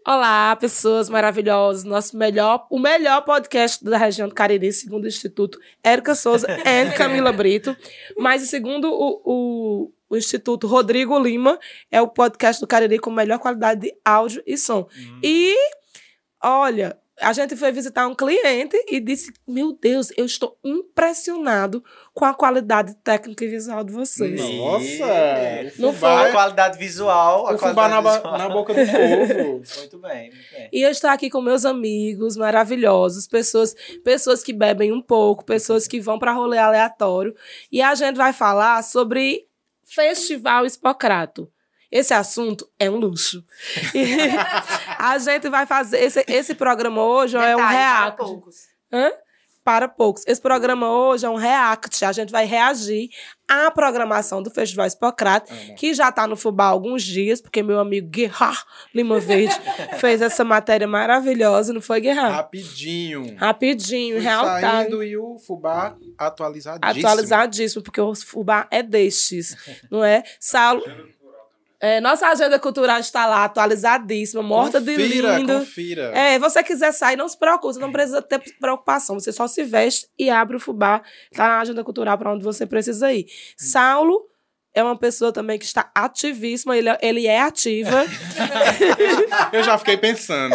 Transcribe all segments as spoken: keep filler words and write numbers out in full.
Olá, pessoas maravilhosas. Nosso melhor, o melhor podcast da região do Cariri, segundo o Instituto Érica Souza e Camila Brito. Mas, segundo o, o, o Instituto Rodrigo Lima, é o podcast do Cariri com melhor qualidade de áudio e som. Hum. E, olha, a gente foi visitar um cliente e disse, meu Deus, eu estou impressionado com a qualidade técnica e visual de vocês. Nossa! Não foi a qualidade visual. A o fubá na, visual. na boca do povo. Muito bem, muito bem. E eu estou aqui com meus amigos maravilhosos, pessoas, pessoas que bebem um pouco, pessoas que vão para rolê aleatório. E a gente vai falar sobre Festival Hipocrato. Esse assunto é um luxo. E a gente vai fazer... Esse, esse programa hoje Detalhe, é um react. Para poucos. Hã? Para poucos. Esse programa hoje é um react. A gente vai reagir à programação do Festival Hipocrato, ah, que já está no Fubá há alguns dias, porque meu amigo Guerra Lima Verde fez essa matéria maravilhosa, não foi, Guerra? Rapidinho. Rapidinho, Fui real saindo e o Fubá atualizadíssimo. Atualizadíssimo, porque o Fubá é destes, não é? Saulo... É, nossa agenda cultural está lá, atualizadíssima, morta confira, de lindo. Confira. É, se você quiser sair, não se preocupe, você não precisa ter preocupação. Você só se veste e abre o Fubá. Está na agenda cultural para onde você precisa ir. Saulo é uma pessoa também que está ativíssima, ele, ele é ativa. Eu já fiquei pensando.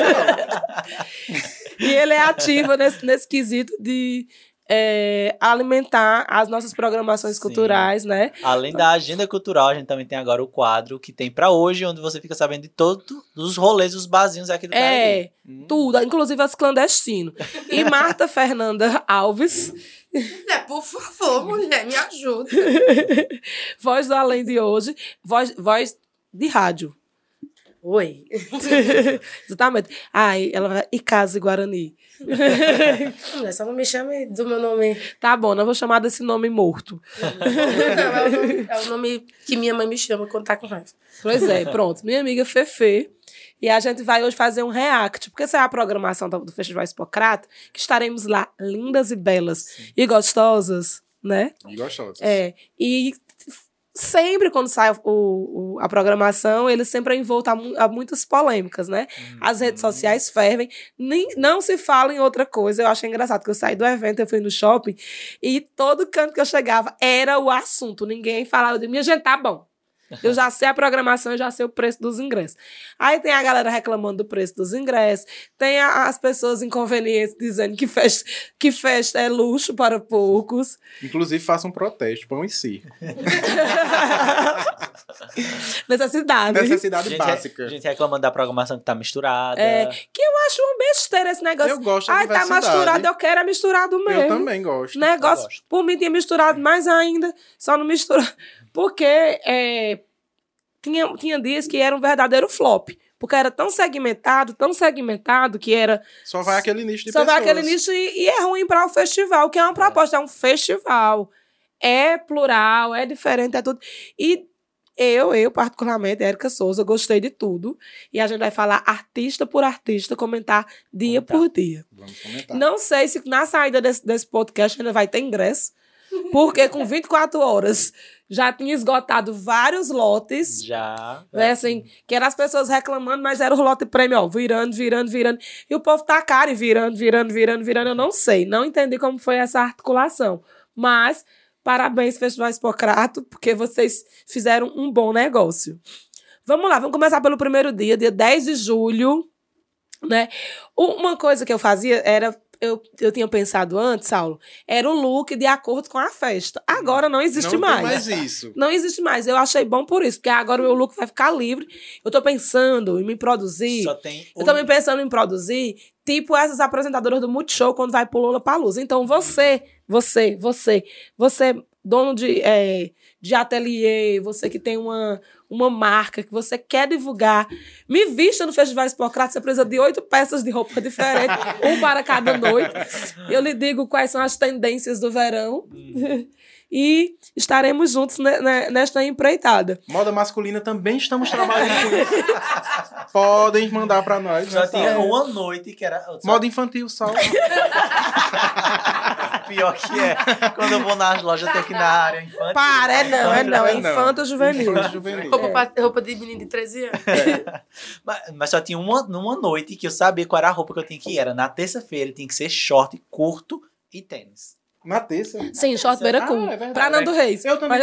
E ele é ativa nesse, nesse quesito de... É, alimentar as nossas programações Sim. culturais, né? Além da agenda cultural, a gente também tem agora o quadro que tem pra hoje, onde você fica sabendo de todos os rolês, os barzinhos aqui do Cariri. É, hum. tudo, inclusive as clandestinos. E Marta Fernanda Alves... É, por favor, mulher, me ajuda. Voz do Além de Hoje, voz, voz de rádio. Oi. Exatamente. Ai, ela vai... E Casa Guarani. Não, só não me chame do meu nome. Tá bom, não vou chamar desse nome morto. Não, é, o nome, é o nome que minha mãe me chama quando tá com raiva. Pois é, pronto. Minha amiga Fefe. E a gente vai hoje fazer um react, porque essa é a programação do Festival Hipocrato, que estaremos lá lindas e belas Sim. e gostosas, né? E gostosas. É, e... Sempre quando sai o, o, a programação, ele sempre é envolto a, a muitas polêmicas, né? Uhum. As redes sociais fervem, nem, não se fala em outra coisa. Eu achei engraçado que eu saí do evento, eu fui no shopping e todo canto que eu chegava era o assunto. Ninguém falava, eu digo, minha gente, tá bom. Eu já sei a programação, eu já sei o preço dos ingressos. Aí tem a galera reclamando do preço dos ingressos, tem a, as pessoas inconvenientes dizendo que festa, que festa é luxo para poucos. Inclusive, façam um protesto, pão em si. Necessidade. Necessidade gente, básica. A gente reclamando da programação que tá misturada. É, que eu acho uma besteira esse negócio. Eu gosto da Ai, tá misturado, eu quero é misturado mesmo. Eu também gosto. Negócio, gosto. Por mim, tinha misturado mais ainda, só não misturou. Porque é, tinha, tinha dias que era um verdadeiro flop. Porque era tão segmentado, tão segmentado, que era... Só vai aquele nicho de só pessoas. Só vai aquele nicho e, e é ruim para o festival, que é uma proposta, é um festival. É plural, é diferente, é tudo. E eu, eu particularmente, Érica Souza, gostei de tudo. E a gente vai falar artista por artista, comentar dia comentar. por dia. Vamos comentar. Não sei se na saída desse, desse podcast ainda vai ter ingresso, porque com vinte e quatro horas... Já tinha esgotado vários lotes. Já. Né, assim, que eram as pessoas reclamando, mas era o lote prêmio, ó, virando, virando, virando. E o povo tá caro e virando, virando, virando, virando. Eu não sei, não entendi como foi essa articulação. Mas, parabéns, Festival Hipocrato, porque vocês fizeram um bom negócio. Vamos lá, vamos começar pelo primeiro dia, dia dez de julho. Né? Uma coisa que eu fazia era... Eu, eu tinha pensado antes, Saulo, era o look de acordo com a festa. Agora não existe não mais. Não tem mais isso. Não existe mais. Eu achei bom por isso, porque agora o meu look vai ficar livre. Eu tô pensando em me produzir. Só tem um... Eu tô me pensando em produzir, tipo essas apresentadoras do Multishow quando vai pro Lollapalooza. Então você, você, você, você, dono de, é, de ateliê, você que tem uma... uma marca que você quer divulgar, me vista no Festival Hipocrato, você precisa de oito peças de roupa diferentes, um para cada noite. Eu lhe digo quais são as tendências do verão. Hum. e estaremos juntos ne- ne- nesta empreitada. Moda masculina também estamos trabalhando com isso. Podem mandar pra nós. Só né, tinha Sal? uma noite que era... só- Moda infantil, sal. Pior que é. Quando eu vou nas lojas, tem que ir na área infantil. Para, é não, é não, é infanto juvenil. Infanto juvenil. Roupa, pra- roupa de menino de treze anos. Mas, mas só tinha uma, uma noite que eu sabia qual era a roupa que eu tinha que ir. Era na terça-feira, tinha que ser short curto e tênis. Na terça. Sim, short beira Ah, cu. é verdade. Pra Nando Reis. Eu também.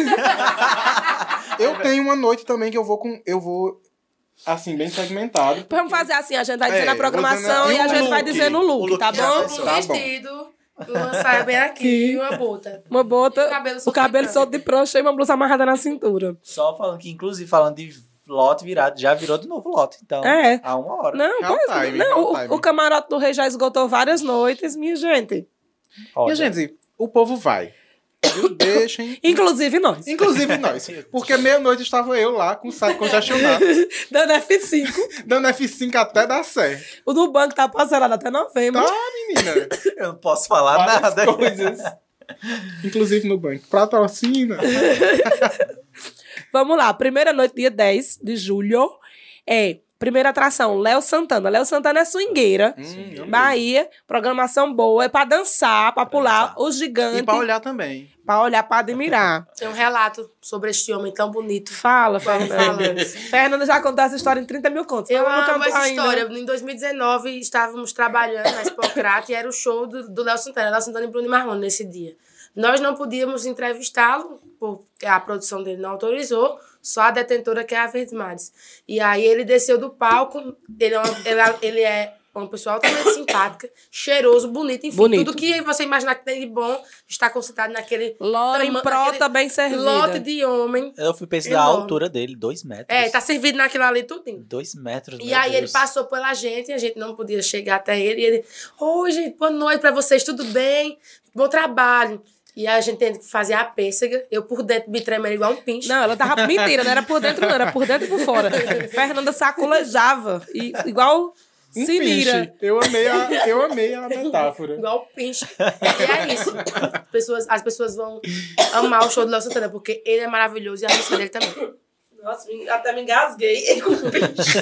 Mas- Eu tenho uma noite também que eu vou com. Eu vou. Assim, bem segmentado. Vamos fazer assim, a gente vai É, dizendo a vou programação dizendo- e a e o gente vai look? dizendo o look, O look tá já bom? pensou. Um Tá bom. vestido, uma saia bem aqui e uma bota. Uma bota, O cabelo o solto cabelo de solto de prancha e uma blusa amarrada na cintura. Só falando que, inclusive, falando de lote virado, já virou de novo lote. Então, É. há uma hora. Não, Real pois, time, não real o, time. o camarote do rei já esgotou várias noites, minha gente. Olha, E, gente, o povo vai. Viu? Deixem. Inclusive nós. Inclusive nós. Porque meia-noite estava eu lá com o site congestionado, Dando F cinco. dando F cinco até dar certo. O do banco tá parcelado até novembro. Tá, menina? eu não posso falar Várias nada. coisas. Inclusive no banco. Patrocina. Vamos lá, primeira noite, dia dez de julho, é primeira atração, Léo Santana. Léo Santana é swingueira, Hum, amei. Bahia, programação boa, é pra dançar, pra pular dançar. os gigantes, E pra olhar também. pra olhar, pra admirar. Tem um relato sobre este homem tão bonito. Fala, Vamos Fernanda. falar. Fernanda já contou essa história em trinta mil contos. Eu mas não amo cantou essa ainda. história. Em dois mil e dezenove, estávamos trabalhando na Expocrata e era o show do do Léo Santana. Léo Santana e Bruno Marrone nesse dia. Nós não podíamos entrevistá-lo, porque a produção dele não autorizou, só a detentora, que é a Verdes Mares. E aí ele desceu do palco, ele é uma, ele é- ele é uma pessoa altamente simpática, cheiroso, bonito, enfim, Bonito. tudo que você imaginar que tem de bom está concentrado naquele Lora em tama- prota naquele bem servida. lote de homem. Eu fui pesquisar a Enorme. altura dele, dois metros. É, tá servido naquilo ali tudinho. Dois metros, E meu aí ele Deus. passou pela gente, e a gente não podia chegar até ele. E ele, oi, gente, boa noite pra vocês, tudo bem? Bom trabalho. E aí a gente tendo que fazer a pêssega, eu por dentro me tremendo igual um pinche. Não, ela tava mentira, não era por dentro, não, era por dentro e por fora. Fernanda sacolejava, e, igual Um Sinira. pinche. Eu amei a, eu amei a metáfora. Igual um pinche. E é isso. As pessoas, as pessoas vão amar o show do Léo Santana, porque ele é maravilhoso e a música dele também. Nossa, até me engasguei com o pinche.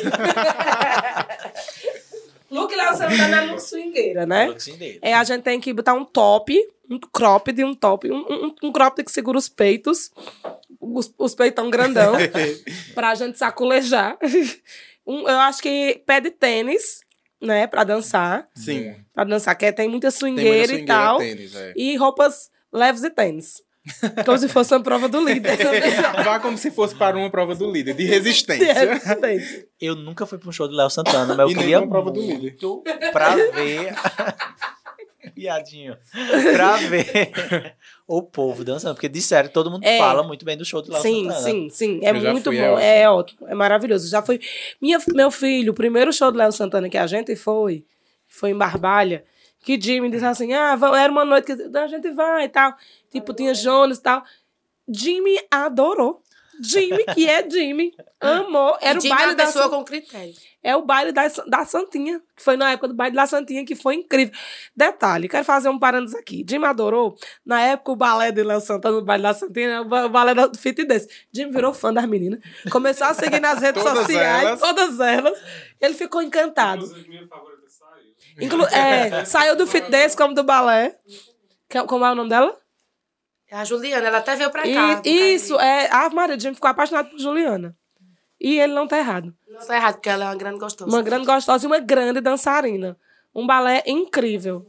Look Léo Santana é look swingueira, né? Look assim dele. É, a gente tem que botar um top, um crop de um top, um, um, um crop que segura os peitos, os, os peitão grandão, pra gente sacolejar. Um, eu acho que pé de tênis, né, pra dançar. Sim. Pra dançar, que tem muita Tem swingueira muita e swingueira, tal. tênis, é. E roupas leves e tênis. Como se fosse uma prova do líder. Vá como se fosse para uma prova do líder, de De resistência. resistência. Eu nunca fui pra um show do Léo Santana, mas eu E nem queria uma prova do muito pra ver... Piadinho. Pra ver o povo dançando. Porque, disseram, todo mundo É. fala muito bem do show do Léo Sim, Santana. sim, sim. É Eu já muito fui, bom. é É ótimo. É maravilhoso. Já foi. Minha, meu filho, o primeiro show do Léo Santana que a gente foi, foi em Barbalha, que Jimmy disse assim: ah, vamos, era uma noite que a gente vai e tal. Tipo, tinha Jonas e tal. Jimmy adorou. Jimmy, que é Jimmy, amou. Era E o Jimmy é baile uma da pessoa San- com critério. É o baile da, da Santinha, que foi na época do baile da Santinha, que foi incrível. Detalhe, quero fazer um parênteses aqui. Jimmy adorou. Na época, o balé de Léo Santana, o baile da Santinha, o ba- o balé do Fit Dance. Jimmy virou fã das meninas. Começou a seguir nas redes Todas sociais, elas. todas elas. Ele ficou encantado. Inclusive, minha favorita saiu. Inclu é, saiu do Fit Dance como do balé. Que, como é o nome dela? A Juliana, ela até veio pra cá. E, pro isso, Cariri. é. A Maria, Jimmy ficou apaixonado por Juliana. E ele não tá errado. Não tá errado, porque ela é uma grande gostosa. Uma grande gostosa e uma grande dançarina. Um balé incrível.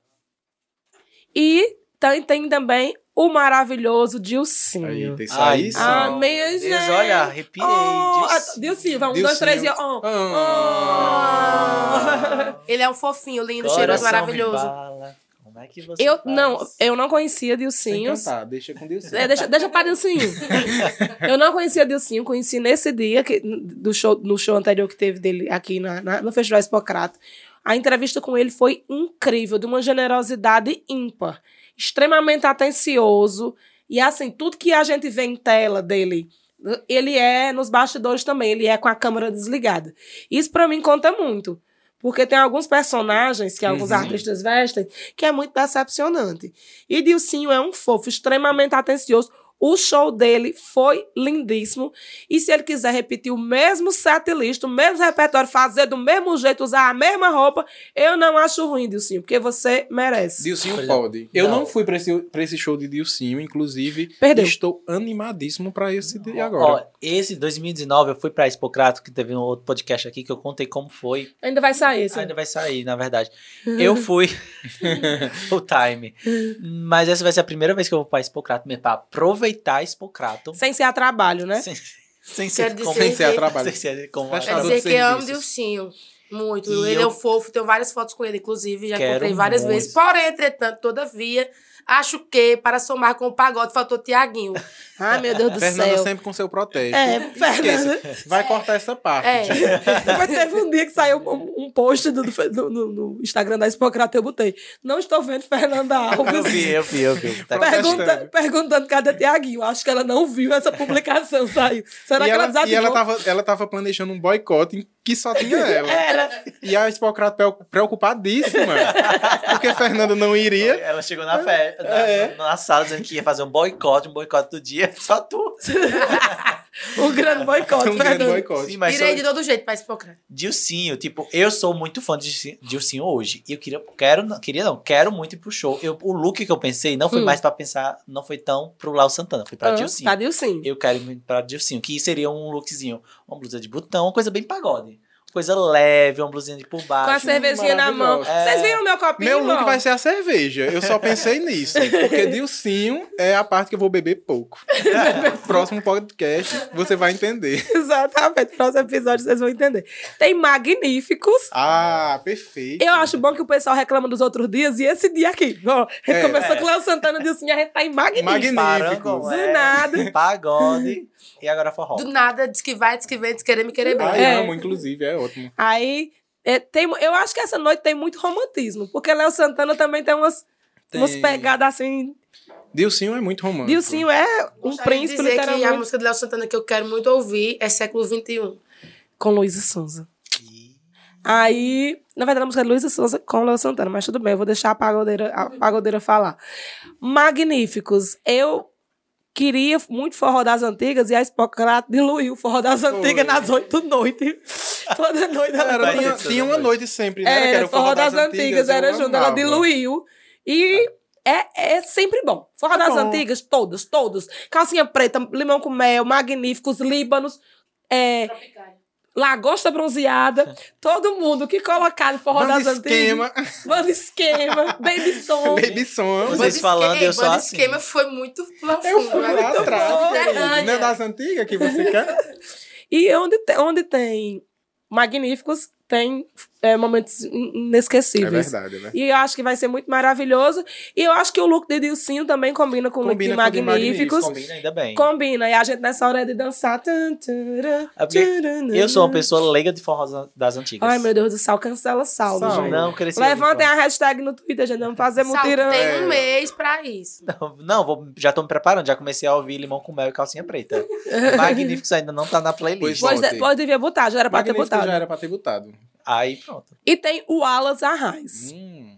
E tem, tem também o maravilhoso Dilcinho. Aí, isso Ai, aí sim. Ah, Deus, minha gente. olha, arrepiei. Oh, Deus. ah, Dilcinho, vamos, um, Dilcinho. dois, três e... Oh, Ah. oh. Ele é um fofinho, lindo, Coração cheiroso, me maravilhoso. bala. Como é que você Eu faz? não, eu não conhecia Sem Dilcinho. cantar, deixa com Deus. É, deixa, deixa para Dilcinho. Eu não conhecia Dilcinho, conheci nesse dia, que, do show, no show anterior que teve dele aqui na, na- no Festival Expocrata. A entrevista com ele foi incrível, de uma generosidade ímpar. Extremamente atencioso. E assim, tudo que a gente vê em tela dele, ele é nos bastidores também. Ele é com a câmera desligada. Isso pra mim conta muito. Porque tem alguns personagens que alguns Uhum. artistas vestem que é muito decepcionante. E Dilcinho é um fofo, extremamente atencioso. O show dele foi lindíssimo. E se ele quiser repetir o mesmo setlist, o mesmo repertório, fazer do mesmo jeito, usar a mesma roupa, eu não acho ruim, Dilcinho, porque você merece. Dilcinho Pois é. pode. Eu Não. não fui pra esse, pra esse show de Dilcinho, inclusive. Perdeu. Estou animadíssimo pra esse de agora. Ó, esse dois mil e dezenove eu fui pra Expocrato, que teve um outro podcast aqui que eu contei como foi. Ainda vai sair, sim. Ainda vai sair, na verdade. Eu fui o time. Mas essa vai ser a primeira vez que eu vou pra Expocrato mesmo, pra aproveitar Expocrato. Sem ser a trabalho, né? Sem, sem Quero ser dizer como... Sem ser a que- trabalho. Sem ser como... Presta- Quer Prestador dizer de que eu amo serviços. Dilcinho. Muito. E ele eu- é um fofo, tenho várias fotos com ele, inclusive. Já Quero encontrei várias muito. vezes. Porém, entretanto, todavia, acho que, para somar com o pagode, faltou Tiaguinho. Ai, meu Deus do Fernanda céu. sempre com seu protesto. É, Esqueça. Fernanda. Vai cortar essa parte. É. Mas teve um dia que saiu um, um post do, do- no, no Instagram da Expocrata, eu botei. Não estou vendo Fernanda Eu Alves. vi, eu vi, eu vi. Tá aqui. Protestando. Pergunta, perguntando cadê Tiaguinho. Acho que ela não viu essa publicação, saiu. Será E que ela, ela, e desativou? ela, tava, ela tava planejando um boicote em que só tinha ela. Era. E a Expocrato pre- preocupadíssima. Porque Fernanda não iria. Ela chegou na, fe... na, É. na sala dizendo que ia fazer um boicote, um boicote do dia, só tu. Um grande boicote, Um grande Fernanda. boicote. Sim, mas Irei só- de todo jeito para Expocrato. Dilcinho, tipo, eu sou muito fã de Dilci- Dilcinho hoje. E eu queria, quero, não- queria não, quero muito ir pro show. Eu, o look que eu pensei não foi Hum. mais pra pensar, não foi tão pro Léo Santana, foi pra Ah, Dilcinho. Tá, Dilcinho. Eu quero ir pra Dilcinho, que seria um lookzinho, uma blusa de botão, uma coisa bem pagode. Coisa leve, uma blusinha de por baixo. Com a cervejinha na mão. maravilhosa. Vocês viram meu copinho? Meu look ó? vai ser a cerveja. Eu só pensei nisso. Porque Dilcinho é a parte que eu vou beber pouco. Próximo podcast, você vai entender. Exatamente. Próximo episódio vocês vão entender. Tem magníficos. Ah, perfeito. Eu acho bom que o pessoal reclama dos outros dias e esse dia aqui. Ó, a gente É. começou É. com o Léo Santana e disse assim, a gente tá em magnífico. Magnífico. Parangolé, Do nada. Pagode e agora forró. Do nada, diz que vai, diz que vem, diz querer me querer bem. Ai, É. amo, inclusive, é ótimo. Aí, é, tem, eu acho que essa noite tem muito romantismo, porque Léo Santana também tem umas, Tem. umas pegadas assim. Dilcinho é muito romântico. Dilcinho é um Gostaria de príncipe, dizer que a literalmente. música do Léo Santana que eu quero muito ouvir é Século vinte e um. Com Luísa Sonza. E- Aí, na verdade, a música é Luísa Sonza com Léo Santana, mas tudo bem, eu vou deixar a pagodeira, a pagodeira falar. Magníficos. Eu queria muito forró das antigas e a Expocrata diluiu o forró das Foi. antigas nas oito da noite. Toda noite ela Era, Vai tinha, ter tinha uma toda noite sempre, né? Era, que era o forró das, antigas, era eu junto, ela amava. diluiu. E é, é sempre bom. Forró É das bom. antigas, todos, todos. Calcinha preta, limão com mel, magníficos, líbanos, é, lagosta bronzeada, todo mundo que colocar no forró Banda das esquema. antigas. Banda esquema, baby som. Baby som. Vocês Banda falando, Esque- eu sou Banda assim. Esquema foi muito profundo. Eu fui né? lá atrás, bom. querido. Subterrânea. Não é das antigas que você quer? E onde tem, onde tem magníficos, tem é, momentos in- É inesquecíveis. verdade, né? E eu acho que vai ser muito maravilhoso. E eu acho que o look de Dilcinho também combina com o look de Combina com o de Magníficos. Combina ainda bem. Combina. E a gente nessa hora é de dançar. Tum, turu, É porque turu, Eu sou uma pessoa leiga de forró das antigas. Ai, meu Deus do céu, cancela Saulo, Saulo. gente. Não, cresci. Levantem a hashtag no Twitter, gente. Vamos fazer Salto mutirão. tem É. um mês pra isso. Não, não, vou, já tô me preparando. Já comecei a ouvir Limão com Mel e Calcinha Preta. Magníficos ainda não tá na playlist. Pois Pode, volte. pode devia botar, já era pra ter Magnífico botado. já era pra ter botado. Aí pronto. E tem o Alas Arraes. Hum.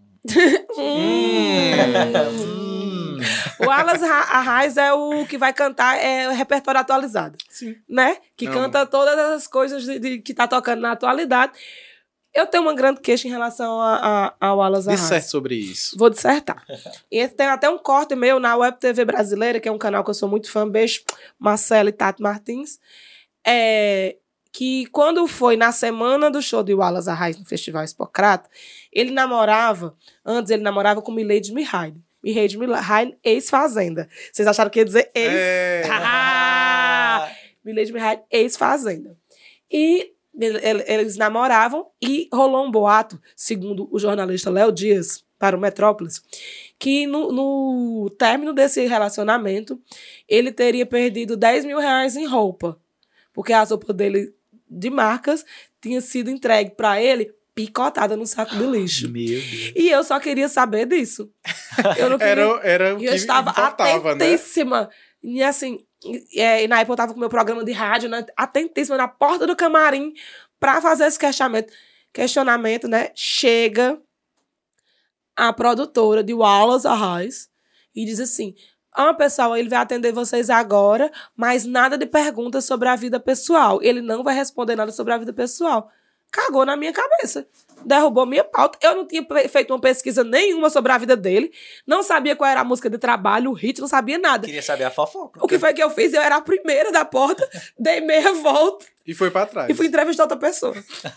Hum. O Alas Ra- Arraes é o que vai cantar é, o repertório atualizado. Sim. Né? Que Não. canta todas as coisas de, de- que tá tocando na atualidade. Eu tenho uma grande queixa em relação a, a, ao Alas Arraes. Disserte sobre isso. Vou dissertar. E tem até um corte meu na Web T V Brasileira, que é um canal que eu sou muito fã. Beijo, Marcelo e Tato Martins. É, que quando foi na semana do show de Wallace Arraes no Festival Expocrata, ele namorava, antes ele namorava com Milady Mihaly. Milady Mihaly, ex-Fazenda. Vocês acharam que ia dizer ex? É. Ah! Milady Mihaly, ex-Fazenda. E ele- ele- eles namoravam e rolou um boato, segundo o jornalista Léo Dias, para o Metrópolis, que no, no término desse relacionamento, ele teria perdido dez mil reais em roupa. Porque a roupa dele de marcas tinha sido entregue para ele picotada no saco de lixo. Meu Deus. E eu só queria saber disso. Eu não queria... Era, era o E que eu estava importava, né? atentíssima. E assim, e, é, e na época eu estava com o meu programa de rádio, né, atentíssima na porta do camarim para fazer esse questionamento. questionamento, né? Chega a produtora de Wallace Arraes e diz assim: ah, pessoal, ele vai atender vocês agora, mas nada de perguntas sobre a vida pessoal. Ele não vai responder nada sobre a vida pessoal. Cagou na minha cabeça. Derrubou minha pauta. Eu não tinha feito uma pesquisa nenhuma sobre a vida dele. Não sabia qual era a música de trabalho, o hit, não sabia nada. Queria saber a fofoca. O que foi que eu fiz? Eu era a primeira da porta, dei meia volta. E foi pra trás. E fui entrevistar outra pessoa.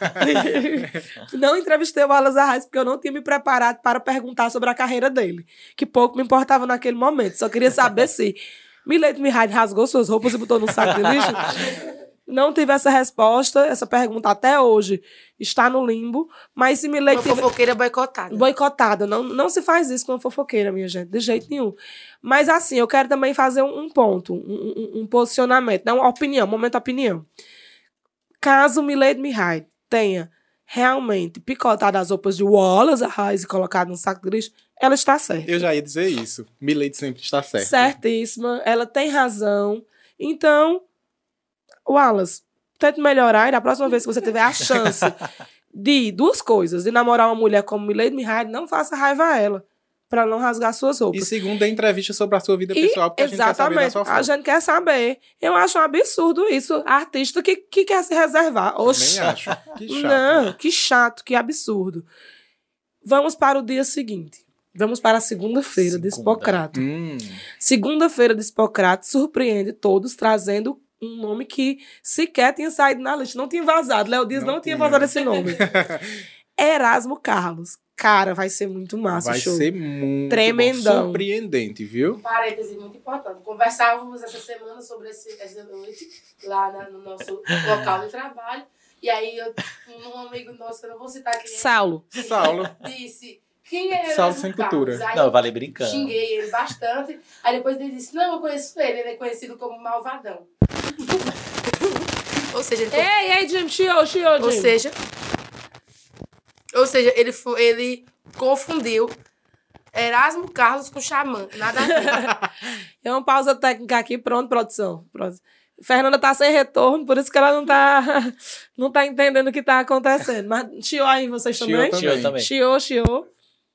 Não entrevistei o Wallace Arraes, porque eu não tinha me preparado para perguntar sobre a carreira dele. Que pouco me importava naquele momento. Só queria saber se Milady Mihai rasgou suas roupas e botou no saco de lixo. Não tive essa resposta, essa pergunta até hoje está no limbo, mas se Milady... Uma tive... fofoqueira boicotada. Boicotada. Não, não se faz isso com uma fofoqueira, minha gente, de jeito nenhum. Mas assim, eu quero também fazer um, um ponto, um, um, um posicionamento, não, uma opinião, um momento de opinião. Caso Milady Mihai tenha realmente picotado as roupas de Wallace Arraes e colocado no saco de lixo, ela está certa. Eu já ia dizer isso. Milady sempre está certa. Certíssima, ela tem razão. Então... Wallace, tente melhorar e da próxima vez que você tiver a chance de duas coisas, de namorar uma mulher como Milady Mihai, não faça raiva a ela, para não rasgar suas roupas. E segundo, dê entrevista sobre a sua vida E, pessoal, porque a gente quer saber da sua a foto. gente quer saber. Eu acho um absurdo isso, artista que, que quer se reservar. Oxi. Nem acho. Que chato. Não, que chato, que absurdo. Vamos para o dia seguinte. Vamos para a segunda-feira de Segunda. Hipócrates. Hum. Segunda-feira de Hipócrates surpreende todos, trazendo um nome que sequer tinha saído na lista. Não tinha vazado. Léo Dias não, Não tinha tinha. vazado esse nome. Erasmo Carlos. Cara, vai ser muito massa Vai o show. ser muito Tremendão. bom. Surpreendente, viu? Um parêntese muito importante. Conversávamos essa semana sobre esse, essa noite, lá na- no nosso local de trabalho. E aí, eu, um amigo nosso, eu não vou citar quem é, Saulo. Saulo. disse: quem é Saulo Erasmo sem Carlos? cultura. Aí Não, eu eu falei brincando. xinguei ele bastante. Aí depois ele disse: não, eu conheço ele. Ele é conhecido como Malvadão. Ou seja, ele foi- Ei, ei, Jim, chiou, chiou, Jim. ou seja, ou seja, ele, foi, ele confundiu Erasmo Carlos com Xamã. Nada a ver. É uma pausa técnica aqui. Pronto, produção. Pronto. Fernanda tá sem retorno, por isso que ela não tá, não tá entendendo o que tá acontecendo. Mas chiou aí vocês Chiou também? também. Chiou também. Chiou, chiou.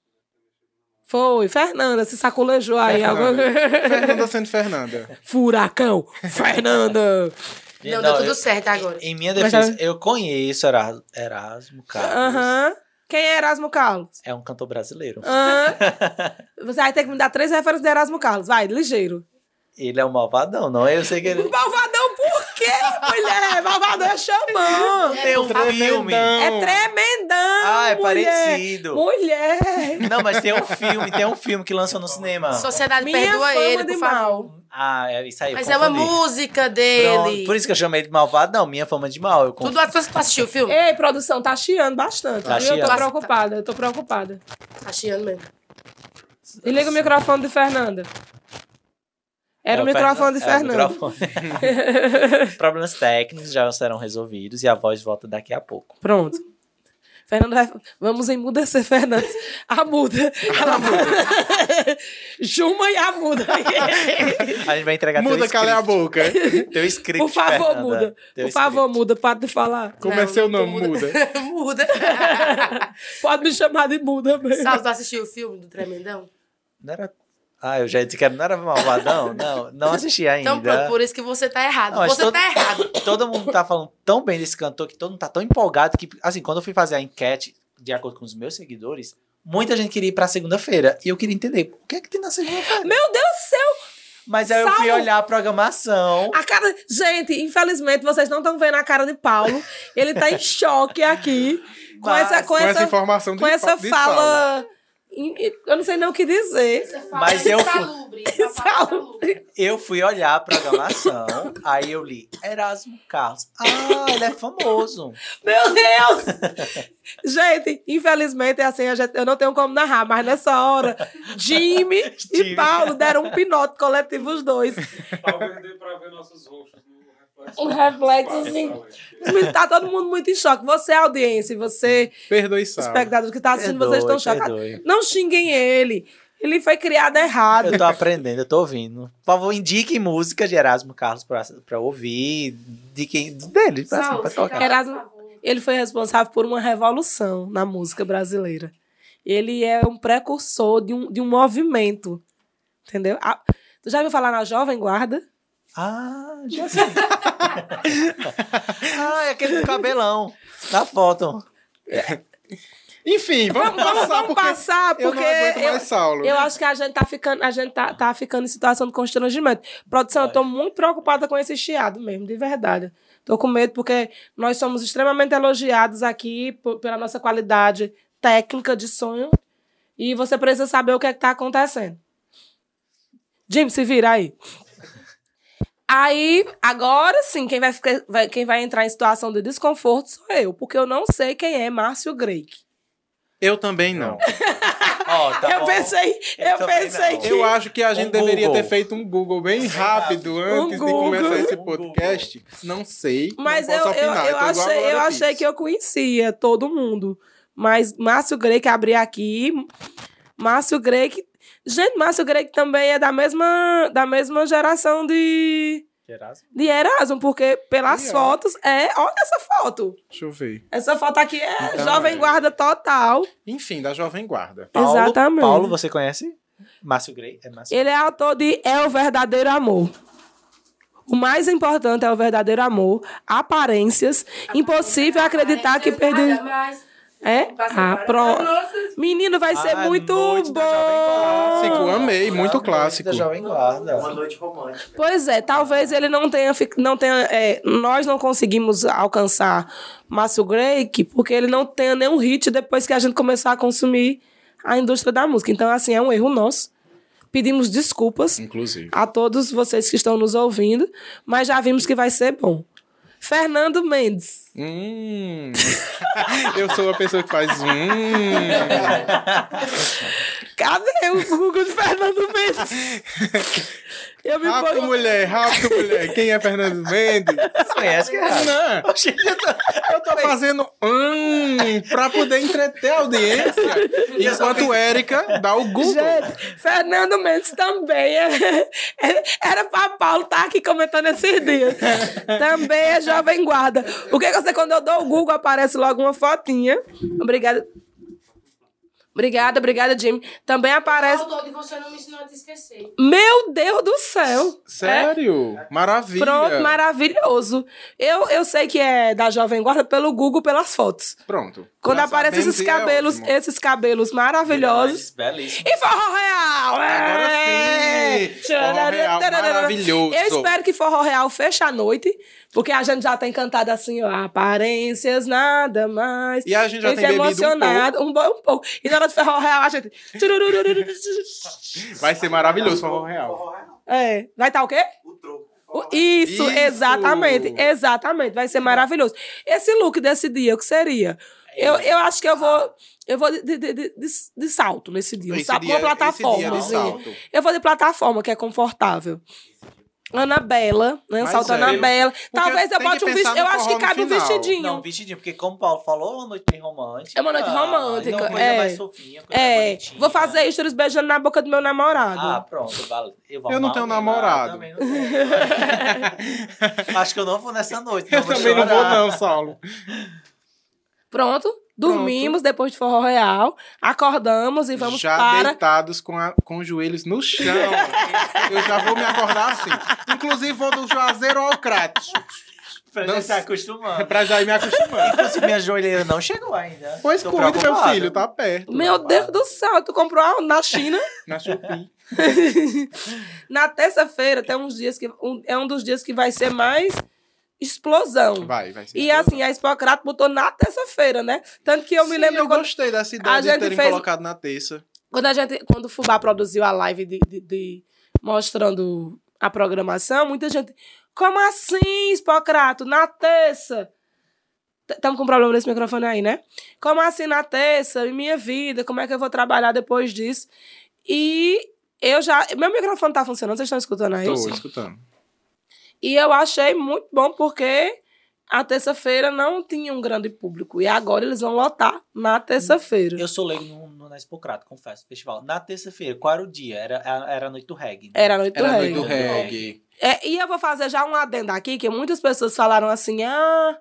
Foi. Fernanda, se sacolejou aí. Alguma... Fernanda sendo Fernanda. Furacão. Fernanda. Não, deu tudo eu- certo agora. Em minha Mas defesa, já- eu conheço Erasmo, Erasmo Carlos. Aham. Quem é Erasmo Carlos? É um cantor brasileiro. Aham. Você vai ter que me dar três referências de Erasmo Carlos. Vai, ligeiro. Ele é um malvadão, não? Eu sei que ele... Malvadão por quê, mulher? Malvadão é Xamã. Tem um filme. É tremendão, Ah, é mulher. parecido. Mulher. Não, mas tem um filme, tem um filme que lançou no cinema. Sociedade Minha perdoa fama ele, de por favor. mal. Ah, é isso aí. eu Mas é uma confundi. música dele. Pronto, por isso que eu chamei ele de malvadão, minha fama de mal. Eu Tudo confundi. a tu assistiu o filme? Ei, produção, tá chiando bastante. Tá viu? Eu tô chiando. preocupada, eu tô preocupada. Tá chiando mesmo. E liga o microfone de Fernanda. Era É o microfone de Fernan- é, o Fernanda. microfone. Problemas técnicos já serão resolvidos e a voz volta daqui a pouco. Pronto. Fernanda vai... Vamos emudecer Fernanda. A muda. Ela muda. Juma e a muda. A gente vai entregar Muda, teu cala a script. boca. Teu script, Por favor, Fernanda. muda. Teu Por favor, script. muda. Para de falar. Como é Não, seu tu nome? Muda. Muda. Pode me chamar de muda mesmo. Saulo, tu assistiu o filme do Tremendão? Não era... Ah, eu já disse que não era malvadão? Não, não assisti ainda. Então pronto, por isso que você tá errado. Não, mas você todo- tá errado. Todo mundo tá falando tão bem desse cantor que todo mundo tá tão empolgado que, assim, quando eu fui fazer a enquete, de acordo com os meus seguidores, muita gente queria ir pra segunda-feira. E eu queria entender, o que é que tem na segunda-feira? Meu Deus do céu. Mas aí eu fui Saulo! olhar a programação. A cara... Gente, infelizmente, vocês não estão vendo a cara de Paulo. Ele tá em choque aqui. Com Mas, essa, com Com essa essa, informação de com essa de fala... Eu não sei nem o que dizer. Mas eu fui- Insalubre. Insalubre. Eu fui olhar a programação, aí eu li Erasmo Carlos. Ah, ele é famoso. Meu Deus! Gente, infelizmente, é assim, a gente- eu não tenho como narrar, mas nessa hora, Jimmy e Jimmy. Paulo deram um pinote coletivo os dois. Talvez dê pra ver nossos rostos no reflexo. Um reflexo, assim. Tá todo mundo muito em choque. Você, audiência, você, Perdoe, Saulo. espectadores que estão assistindo, vocês estão Perdoe, chocados. perdoe. Não xinguem ele. Ele foi criado errado. Eu tô aprendendo, eu tô ouvindo. Por favor, indiquem música de Erasmo Carlos pra, pra eu ouvir. De quem, dele, pra, assim, Saulo, pra fica tocar. lá, Erasmo- por favor. ele foi responsável por uma revolução na música brasileira. Ele é um precursor de um, de um movimento. Entendeu? Ah, tu já ouviu falar na Jovem Guarda? Ah, já sei. Ah, é aquele do cabelão. Na foto. Enfim, vamos, Vamos, vamos, passar, vamos porque passar, porque eu não aguento eu, mais Saulo. eu acho que a gente tá ficando, a gente tá, tá ficando em situação de constrangimento. Produção, eu tô muito preocupada com esse chiado mesmo, de verdade. Tô com medo porque nós somos extremamente elogiados aqui por, pela nossa qualidade técnica de som e você precisa saber o que é que tá acontecendo. Jim, se vira aí. Aí, agora sim, quem vai, ficar, vai, quem vai entrar em situação de desconforto sou eu, porque eu não sei quem é Márcio Greik. Eu também não. Ó, tá eu bom. pensei, eu, Eu também pensei não. que... Eu acho que a gente Um deveria Google. ter feito um Google bem rápido antes de Google. começar esse Um podcast. Não sei, Mas não eu, posso eu, opinar. eu, tô igual a achei, eu Glória achei Pires. que eu conhecia todo mundo. Mas Márcio Greik abri aqui. Márcio Greik... Gente, Márcio Greik também é da mesma, da mesma geração de... Erasmo? De Erasmo, porque pelas E é. fotos... É, olha essa foto. Deixa eu ver. Essa foto aqui é Então, Jovem é. Guarda total. Enfim, da Jovem Guarda. Paulo, Exatamente. Paulo, você conhece? Márcio Grey? É Márcio Ele é autor de É o Verdadeiro Amor. O mais importante é o verdadeiro amor. Aparências. Impossível acreditar que perdeu... Nada mais. É? Passa Ah, para pronto. nossas- Menino, vai ser Ah, muito Noite da Jovem Clássico, bom. amei, muito Da clássico. Jovem Guarda. Uma noite romântica. Pois é, talvez ele não tenha... fi- Não tenha é, nós não conseguimos alcançar Márcio Greik porque ele não tenha nenhum hit depois que a gente começou a consumir a indústria da música. Então, assim, é um erro nosso. Pedimos desculpas Inclusive. a todos vocês que estão nos ouvindo, mas já vimos que vai ser bom. Fernando Mendes. Hum. Eu sou a pessoa que faz hum. Cadê o Google de Fernando Mendes? Eu me Rápido, ponho... mulher, rápido, mulher. Quem é Fernando Mendes? Você conhece que é? Não, Oxi, eu tô- eu tô fazendo hum pra poder entreter a audiência. Enquanto Érica dá o Google. Gente, Fernando Mendes também é, é- era pra Paulo estar aqui comentando esses dias. Também é Jovem Guarda. O que é que você, quando eu dou o Google, aparece logo uma fotinha. Obrigada. Obrigada, obrigada, Jimmy. Também aparece... Autor de Você Não Me Ensinou a Te Esquecer. Meu Deus do céu! Sério? Maravilha. Pronto, maravilhoso. Eu, eu sei que é da Jovem Guarda pelo Google, pelas fotos. Pronto. Quando Já aparecem sabemos esses e é cabelos, ótimo. esses cabelos maravilhosos. Belíssimo. E forró real! Agora é! sim! Forró real, maravilhoso. Eu espero que forró real feche a noite, porque a gente já tem cantado assim, ó, aparências, nada mais. E a gente já Esse tem bebido um emocionado, um pouco. Um, pouco. E na hora de forró real, a gente... Vai ser maravilhoso forró real. É. Vai estar o quê? O troco. O- Isso, Isso. exatamente, exatamente. Vai ser maravilhoso. Esse look desse dia, o que seria? Eu, eu acho que eu vou... Eu vou de, de, de, de, de salto nesse dia. Um Esse sal- dia- uma plataforma. esse dia de assim. salto. Eu vou de plataforma, que é confortável. Anabela, né? Um Mas salto é, Anabela. Talvez eu tem que bote um pensar vestido. no Eu acho que forró no cabe um final. vestidinho. Não, vestidinho, porque como o Paulo falou, é uma noite bem romântica. É uma noite romântica, Então, coisa é. mais fofinha, coisa É, bonitinha. vou fazer stories beijando na boca do meu namorado. Ah, pronto, vale. Eu, vou Eu não arrumar tenho alguém lá, namorado. eu também não tenho. Acho que eu não vou nessa noite. Eu vou também não vou chorar. não, Saulo. Pronto, dormimos depois de forró real, acordamos e vamos já para... deitados com, a- com os joelhos no chão. Eu já vou me acordar assim. Inclusive, vou do Juazeiro ao Crates. Pra Não já se sei. acostumando. Pra já ir me acostumando. Inclusive, minha joelheira não chegou ainda. Pois Tô cuide, meu preocupado. filho, tá perto. Meu Deus do céu, tu comprou aonde? Na China? Na Shopee. Na terça-feira tem uns dias que... um- é um dos dias que vai ser mais explosão. Vai, vai ser. E assim, a Expocrato botou na terça-feira, né? Tanto que eu me Sim, lembro eu quando, gostei dessa a ideia de gente terem fez- colocado na terça. quando a gente, quando o Fubá produziu a live de, de- de- mostrando a programação, muita gente, como assim, Expocrato, na terça? Estamos com problema nesse microfone aí, né? Como assim na terça? Em minha vida, como é que eu vou trabalhar depois disso? E eu já... Meu microfone tá funcionando, vocês estão escutando aí? Tô escutando. E eu achei muito bom porque a terça-feira não tinha um grande público. E agora eles vão lotar na terça-feira. Eu sou leigo no, no, na Expocrato, confesso, festival. Na terça-feira, qual era o dia? Era, era a noite do reggae. né? Era a noite do Era a noite reggae. do reggae. É, e eu vou fazer já um adendo aqui, que muitas pessoas falaram assim, ah,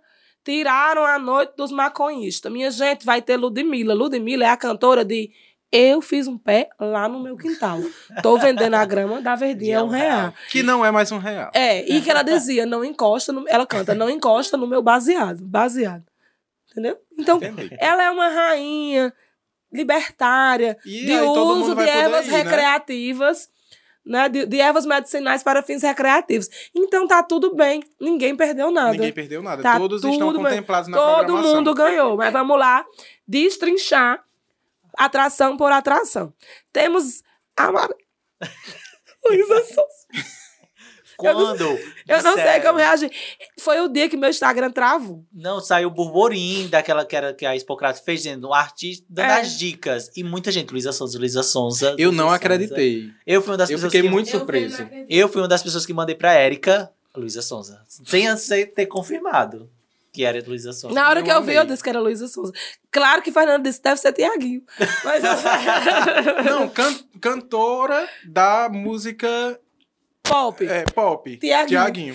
Tiraram a noite dos maconhistas. Minha gente, vai ter Ludmilla. Ludmilla é a cantora de Eu Fiz um Pé lá no meu quintal. Tô vendendo a grama da verdinha é um real. Que não é mais um real. É, e que ela dizia, não encosta, no, ela canta, não encosta no meu baseado. Baseado. Entendeu? Então, Entendi. ela é uma rainha libertária E de aí todo mundo uso vai de poder ervas ir, né? recreativas, né? De, de ervas medicinais para fins recreativos. Então tá tudo bem, ninguém perdeu nada. Ninguém perdeu nada. Tá Todos estão tudo bem. contemplados na Todo programação. mundo ganhou, mas vamos lá destrinchar atração por atração. Temos a Mar... Luísa Sonza. Quando? Eu não sei disseram- como reagir. Foi o dia que meu Instagram travou. Não, saiu o burburinho daquela que, era, que a Hipocrates fez, dizendo o artista dando É. as dicas. E muita gente, Luísa Sonza, Luísa Sonza. Eu Luísa não Sonza. acreditei. Eu fui uma das Eu pessoas fiquei que... muito Eu surpreso. não acredito. Eu fui uma das pessoas que mandei pra Érica, Luísa Sonza. Sem antes de ter confirmado que era Luísa Sonza. Na hora Eu que eu vi, amei. eu disse que era Luísa Sonza. Claro que Fernando disse, deve ser Tiaguinho. Mas Não, can- cantora da música pop. é, pop. Tiaguinho. Tiaguinho.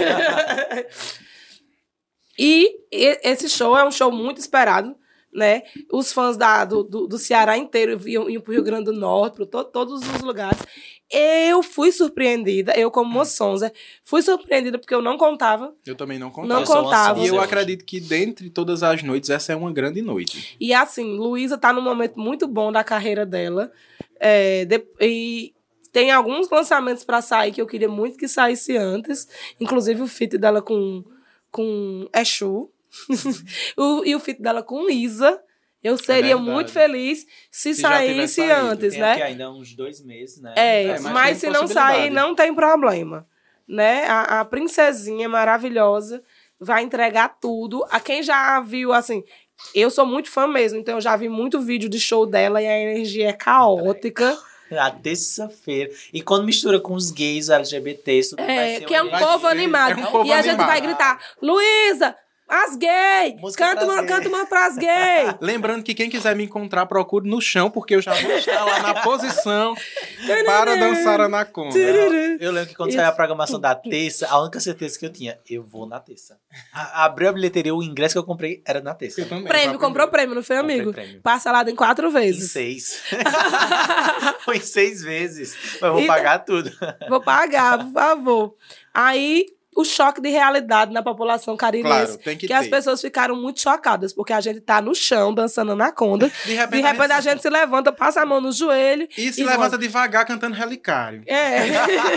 E e- esse show é um show muito esperado, né? Os fãs da, do, do, do Ceará inteiro iam, iam pro Rio Grande do Norte, para todos os lugares. Eu fui surpreendida, eu como moçonza, fui surpreendida porque eu não contava. Eu também não contava. Não Eu sou uma contava. E eu sonza acredito que dentre todas as noites, essa é uma grande noite. E assim, Luísa tá num momento muito bom da carreira dela. É, de- e tem alguns lançamentos pra sair que eu queria muito que saísse antes. Inclusive o feat dela com, com Exu. o, e o feat dela com Isa. Eu seria verdade. muito feliz se, Se já tivesse saísse saído. antes, Tem né? aqui ainda uns dois meses, né? É, É, mas mas, tem se não possibilidade. sair, não tem problema. Né? A, a princesinha maravilhosa vai entregar tudo. A quem já viu, assim, eu sou muito fã mesmo, então eu já vi muito vídeo de show dela e a energia é caótica. A terça-feira. E quando mistura com os gays, L G B T, isso tudo vai É, ser que é um uma- vai povo ser- animado. é um povo e a gente animado. vai gritar, Luísa, as gays! Música Canta pras uma, gays." canta uma pras gays! Lembrando que quem quiser me encontrar, procure no chão, porque eu já vou estar lá na posição para dançar Anaconda. Eu lembro que quando Isso. saiu a programação da terça, a única certeza que eu tinha, eu vou na terça. A- Abriu a bilheteria, o ingresso que eu comprei era na terça. Eu também, Prêmio, já comprou prêmio, não foi, Comprei amigo? prêmio. Parcelado em quatro Em vezes. seis. Foi em seis vezes. Mas eu vou Então- pagar tudo. Vou pagar, por favor. Aí, o choque de realidade na população caribense. Claro, tem que que as ter. pessoas ficaram muito chocadas, porque a gente tá no chão dançando Anaconda. De repente, De repente a gente se levanta, passa a mão no joelho. E se e levanta volta. devagar cantando relicário. É.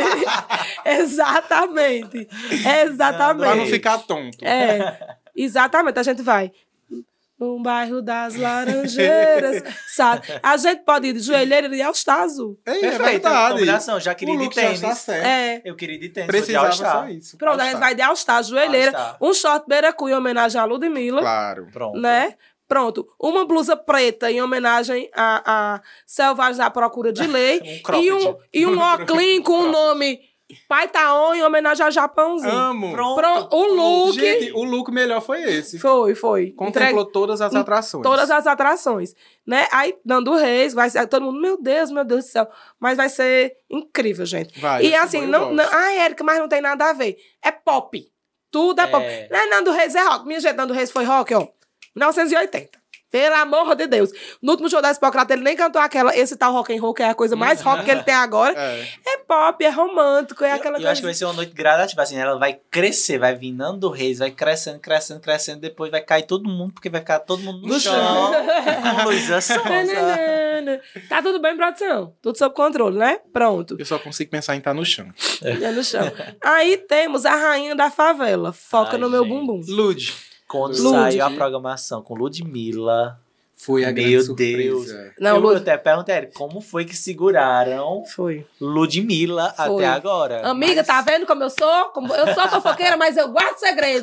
Exatamente. Exatamente. Pra não ficar tonto. É. Exatamente. A gente vai. No bairro das Laranjeiras. Sabe? A gente pode ir de joelheira e ao azul. É, é Perfeito, verdade. combinação. Já queria O ir de look já tênis. está certo. É. Eu queria ir de tênis. Precisava vou de All só Star. isso. Pronto, a gente vai de all-star, joelheira, All-Star. um short beira-cu em homenagem à Ludmilla. Claro. Pronto. Né? Pronto. Uma blusa preta em homenagem a, a Selvagens à Procura de Lei. Um cropped. e um, e um óculos com o nome Pai Taon em homenagem ao Japãozinho. Amo. Pronto. Pronto. O look. Gente, o look melhor foi esse. Foi, foi. Contemplou Entregue todas as atrações. todas as atrações. Né? Aí, Nando Reis, vai ser. Todo mundo, meu Deus, meu Deus do céu. Mas vai ser incrível, gente. Vai, e esse assim, eu não, gosto. não. Ai, Érica, mas não tem nada a ver. É pop. Tudo é, pop. É. Não é Nando Reis, é rock. Minha gente, Nando Reis foi rock, ó. mil novecentos e oitenta. Pelo amor de Deus. No último show da Hipocrata, ele nem cantou aquela, esse tal rock and roll, que é a coisa mais rock que ele tem agora. É. É pop, é romântico, é Eu, aquela eu coisa. acho que vai ser uma noite gradativa, assim, ela vai crescer, vai vir Nando Reis, vai crescendo, crescendo, crescendo, depois vai cair todo mundo, porque vai ficar todo mundo no, No chão, chão. com Luísa Sonza. Tá tudo bem, produção? Tudo sob controle, né? Pronto. Eu só consigo pensar em estar no chão. É no chão. Aí temos a rainha da favela. Foca Ai, no meu gente. bumbum. Lude. Quando Lud. saiu a programação com Ludmilla, Foi a Meu grande Deus. surpresa. Não, eu Lud... até perguntei, Eric, como foi que seguraram Foi. Ludmilla Foi. até agora? Amiga, Mas- tá vendo como eu sou? Como... Eu sou fofoqueira, mas eu guardo segredo.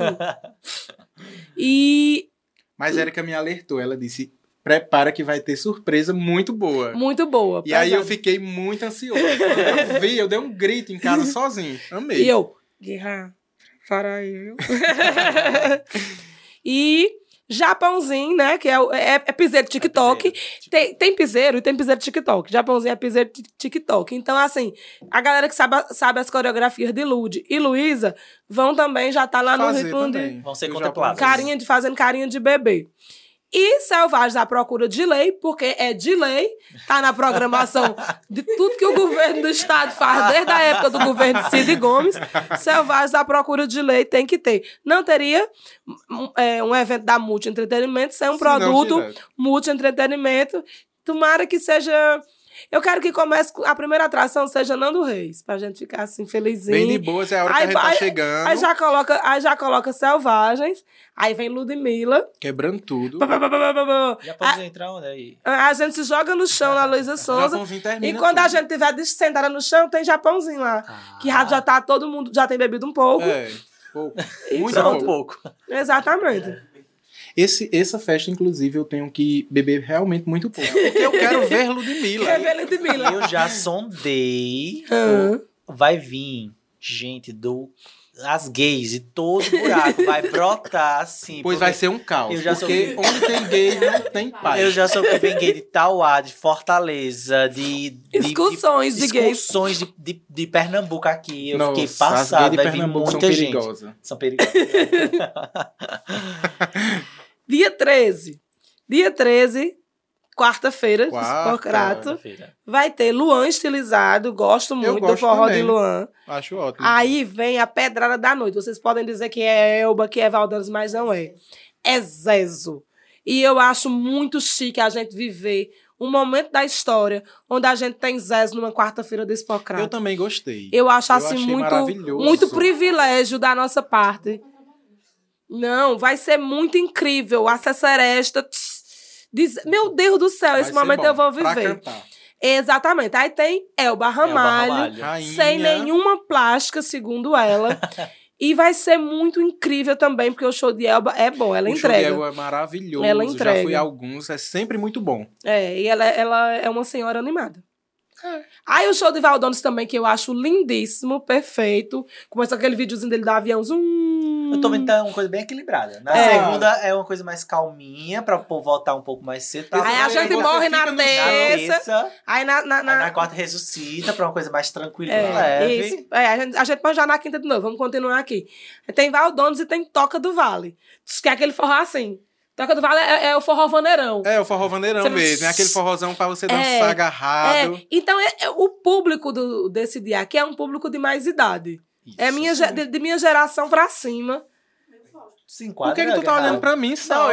E Mas Érica me alertou. Ela disse, prepara que vai ter surpresa muito boa. muito boa. E aí eu pesada. fiquei muito ansioso. Quando eu vi, eu dei um grito em casa sozinho. Amei. E eu, guerra, para aí, viu? E Japãozinho, né? Que é, o- é, é piseiro TikTok. É piseiro. Tem, tem piseiro e tem piseiro TikTok. Japãozinho é piseiro ti- TikTok. Então, assim, a galera que sabe, sabe as coreografias de Lud e Luísa vão também já tá lá no Fazer ritmo de também. Vão ser Eu já contemplados. posso. carinha de fazendo carinha de bebê. E Selvagens à procura de lei, porque é de lei, tá na programação de tudo que o governo do estado faz desde a época do governo de Cid Gomes. Selvagens à procura de lei tem que ter. Não teria um, é, um evento da Multi Entretenimento sem um Se não, produto direto. Multi Entretenimento. Tomara que seja... Eu quero que comece, com- a primeira atração seja Nando Reis, pra gente ficar assim, felizinho. Bem de boas, é a hora que a Aí gente tá vai- chegando, Aí já coloca, aí já coloca Selvagens, aí vem Ludmilla. quebrando tudo. Pá, pá, pá, pá, pá, pá. Já pode entrar onde aí? A, a gente se joga no chão na Luísa Sonza. Japãozinho E termina quando a tudo. gente tiver sentada no chão, tem Japãozinho lá. Ah. Que já, já tá todo mundo, já tem bebido um pouco. É, pouco. E Muito pronto. pouco. pouco. Exatamente. Esse, essa festa, inclusive, eu tenho que beber realmente muito pouco. Porque eu quero ver Ludmilla. Quer ver Ludmilla? Eu já sondei. Ah. Vai vir gente do... As gays e todo buraco vai brotar assim. Pois porque vai ser um caos. eu já porque sou- onde tem gay, não tem paz. Eu já soube que vem gay de Tauá, de Fortaleza, de... de Excursões de gays. Excursões de, de, de Pernambuco aqui. Eu Nossa, fiquei as passado, gays de vai vir Pernambuco são muita gente. perigosas. São perigosas. Dia treze. Dia treze, quarta-feira, Quarta. Hipocrato. Vai ter Luan estilizado. Gosto muito do gosto forró também. de Luan. Acho ótimo. Aí vem a pedrada da noite. Vocês podem dizer que é Elba, que é Valdanes, mas não é. É Zezo. E eu acho muito chique a gente viver um momento da história onde a gente tem Zezo numa quarta-feira do Hipocrato. Eu também gostei. Eu acho Eu assim achei muito, maravilhoso. muito privilégio da nossa parte. Não, vai ser muito incrível. A Ceceresta. tss, diz- Meu Deus do céu, Vai esse ser momento bom eu vou pra viver. cantar. Exatamente. Aí tem Elba Ramalho, Ramalho. Rainha. sem nenhuma plástica, segundo ela. E vai ser muito incrível também, porque o show de Elba é bom, ela o entrega. show de Elba é maravilhoso. Ela Já entrega. fui a alguns, é sempre muito bom. É, e ela, ela é uma senhora animada. Aí o show de Valdones também, que eu acho lindíssimo, perfeito. Começa aquele videozinho dele do avião. Zum. Eu tô vendo que tá uma coisa bem equilibrada. Na É. segunda é uma coisa mais calminha, pra o povo voltar um pouco mais cedo. Tá? Aí a Você gente fica morre no na chão. Na terça. terça, Aí na, na, aí na, na quarta ressuscita pra uma coisa mais tranquila e É, leve. isso. É, a gente, a gente pode já na quinta de novo. Vamos continuar aqui. Tem Valdones e tem Toca do Vale. Que é aquele forró assim. Toca do Vale é, é o forró vaneirão. É, o forró vandeirão Você não- mesmo. É aquele forrozão pra você É, dançar agarrado. É, então, é, é- o público do, desse dia aqui é um público de mais idade. É minha, ge- de, de minha geração pra cima. Se Por que, que tu tá Guerra. olhando pra mim, Saulo?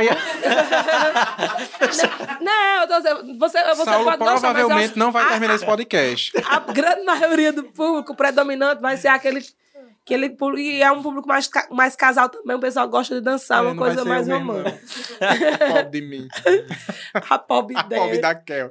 Não, eu tô dizendo, você, você Saulo pode gostar, mas eu provavelmente acho- não vai a- terminar esse podcast. A grande maioria do público predominante vai ser aquele... aquele público- e é um público mais, ca- mais casal também. O pessoal gosta de dançar, É, uma não vai coisa ser mais eu mesmo, romântica. não. Pobre de mim. A pobre A pobre ideia. da Kel.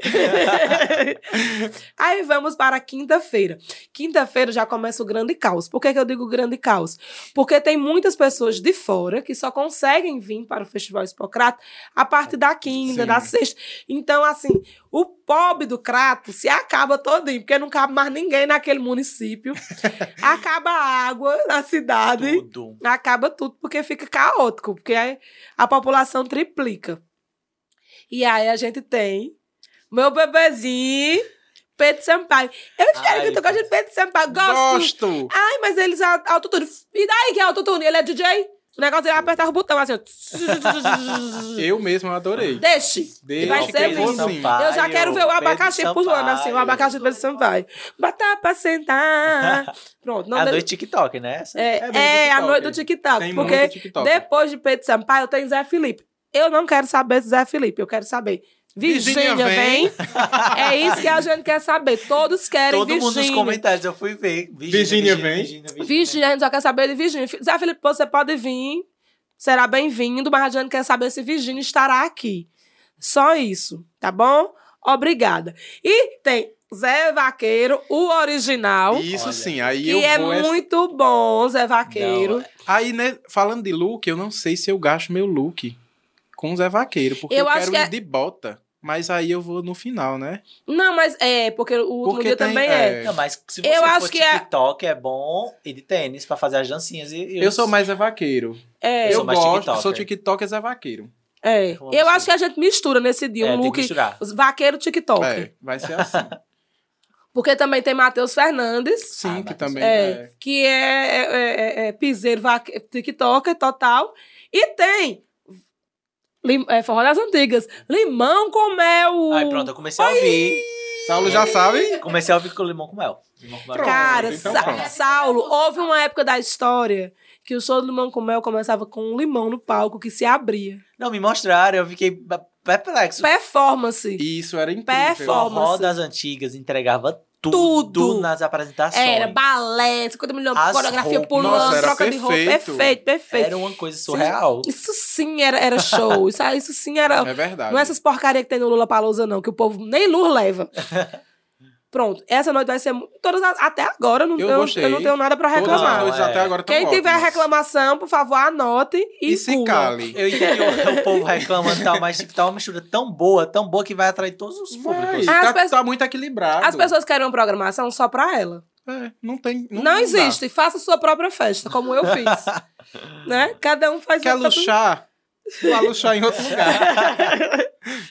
Aí vamos para quinta-feira. Quinta-feira já começa o grande caos. Por que, que eu digo grande caos? Porque tem muitas pessoas de fora que só conseguem vir para o Festival Hipocrato a partir da quinta, Sim. da sexta. Então, assim, o pobre do Crato se acaba todinho, porque não cabe mais ninguém naquele município. Acaba a água na cidade. Tudo. Acaba tudo, porque fica caótico, porque aí a população triplica. E aí a gente tem meu bebezinho, Pedro Sampaio. Eu espero Ai, que tu goste de Pedro Sampaio. Gosto. Gosto! Ai, mas eles a- autotune. E daí que é autotune? Ele é D J? O negócio é apertar o botão assim. ó. Eu mesmo adorei. Deixe. Deixe vai que ser eu vou lindo. sim. Eu já quero ver o Pedro abacaxi pulando assim, o Sampaio. abacaxi do Pedro Sampaio. Botar pra sentar. Pronto. Não A de- noite TikTok, né? Essa? É, É bem do é a TikTok. noite do TikTok. Tem porque muito TikTok. depois de Pedro Sampaio tem Zé Felipe. Eu não quero saber de Zé Felipe, eu quero saber. Virgínia Virgínia vem. vem. É isso que a gente quer saber. Todos querem Todo mundo nos Virgínia. comentários, eu fui ver. Virgínia vem. Virgínia, Virgínia, a gente só quer saber de Virgínia. Zé Felipe, você pode vir. Será bem-vindo, mas a gente quer saber se Virgínia estará aqui. Só isso, tá bom? Obrigada. E tem Zé Vaqueiro, o original. Isso Olha, sim, aí eu Que é vou... muito bom, Zé Vaqueiro. Não, Aí, né, falando de look, eu não sei se eu gasto meu look com o Zé Vaqueiro, porque Eu eu, acho quero que ir é- de bota. Mas aí eu vou no final, né? Não, mas é, porque o último Porque dia tem- também é. é. Não, mas se você Eu for acho que é- TikTok, é... bom ir de tênis pra fazer as dancinhas. E, Eu sou mais Zé Vaqueiro. É. Eu Eu, sou mais gosto, TikToker. sou TikTok é Zé Vaqueiro. É. Uma Eu mistura. acho que a gente mistura nesse dia É, um tem que look misturar. os vaqueiro TikTok. É, vai ser assim. Porque também tem Matheus Fernandes, Sim, Ah, que mas- também é, é. que é, é, é, é piseiro vaque, TikToker total. E tem lim, é, Forró das Antigas. Limão com mel. Aí pronto, eu comecei a ouvir. Saulo já sabe. Comecei a ouvir com limão com mel. Limão com mel. Pronto. Cara, então Sa- pronto. Saulo, houve uma época da história que o show do Limão com Mel começava com um limão no palco que se abria. Não, me mostraram, eu fiquei perplexo. Performance. E isso era incrível. Performance. Forró das Antigas entregava tudo, Tudo. nas apresentações. Era balé, cinquenta milhões de As coreografia roupas. pulando, Nossa, era troca de roupa. perfeito. Perfeito, perfeito. Era uma coisa surreal. Isso sim era, era show. Isso, isso sim era. É verdade. Não é essas porcarias que tem no Lula Palusa, não, que o povo nem luz leva. Pronto, essa noite vai ser. mu- Todas as- até agora, eu não, Eu eu, gostei. eu não tenho nada pra Todas as reclamar. noites Não, até é. agora tão Quem tiver ótimas. reclamação, por favor, anote e, E se pula. cale. Eu entendi o, o povo reclamando e tal, mas tipo, tá uma mistura tão boa, tão boa que vai atrair todos os Vai. públicos. As Tá, pessoas- tá muito equilibrado. As pessoas querem uma programação só pra ela. É, não tem. Não, Não, não dá. existe. Faça sua própria festa, como eu fiz. né? Cada um faz Quer sua própria- luxar? Vá luxar em outro lugar.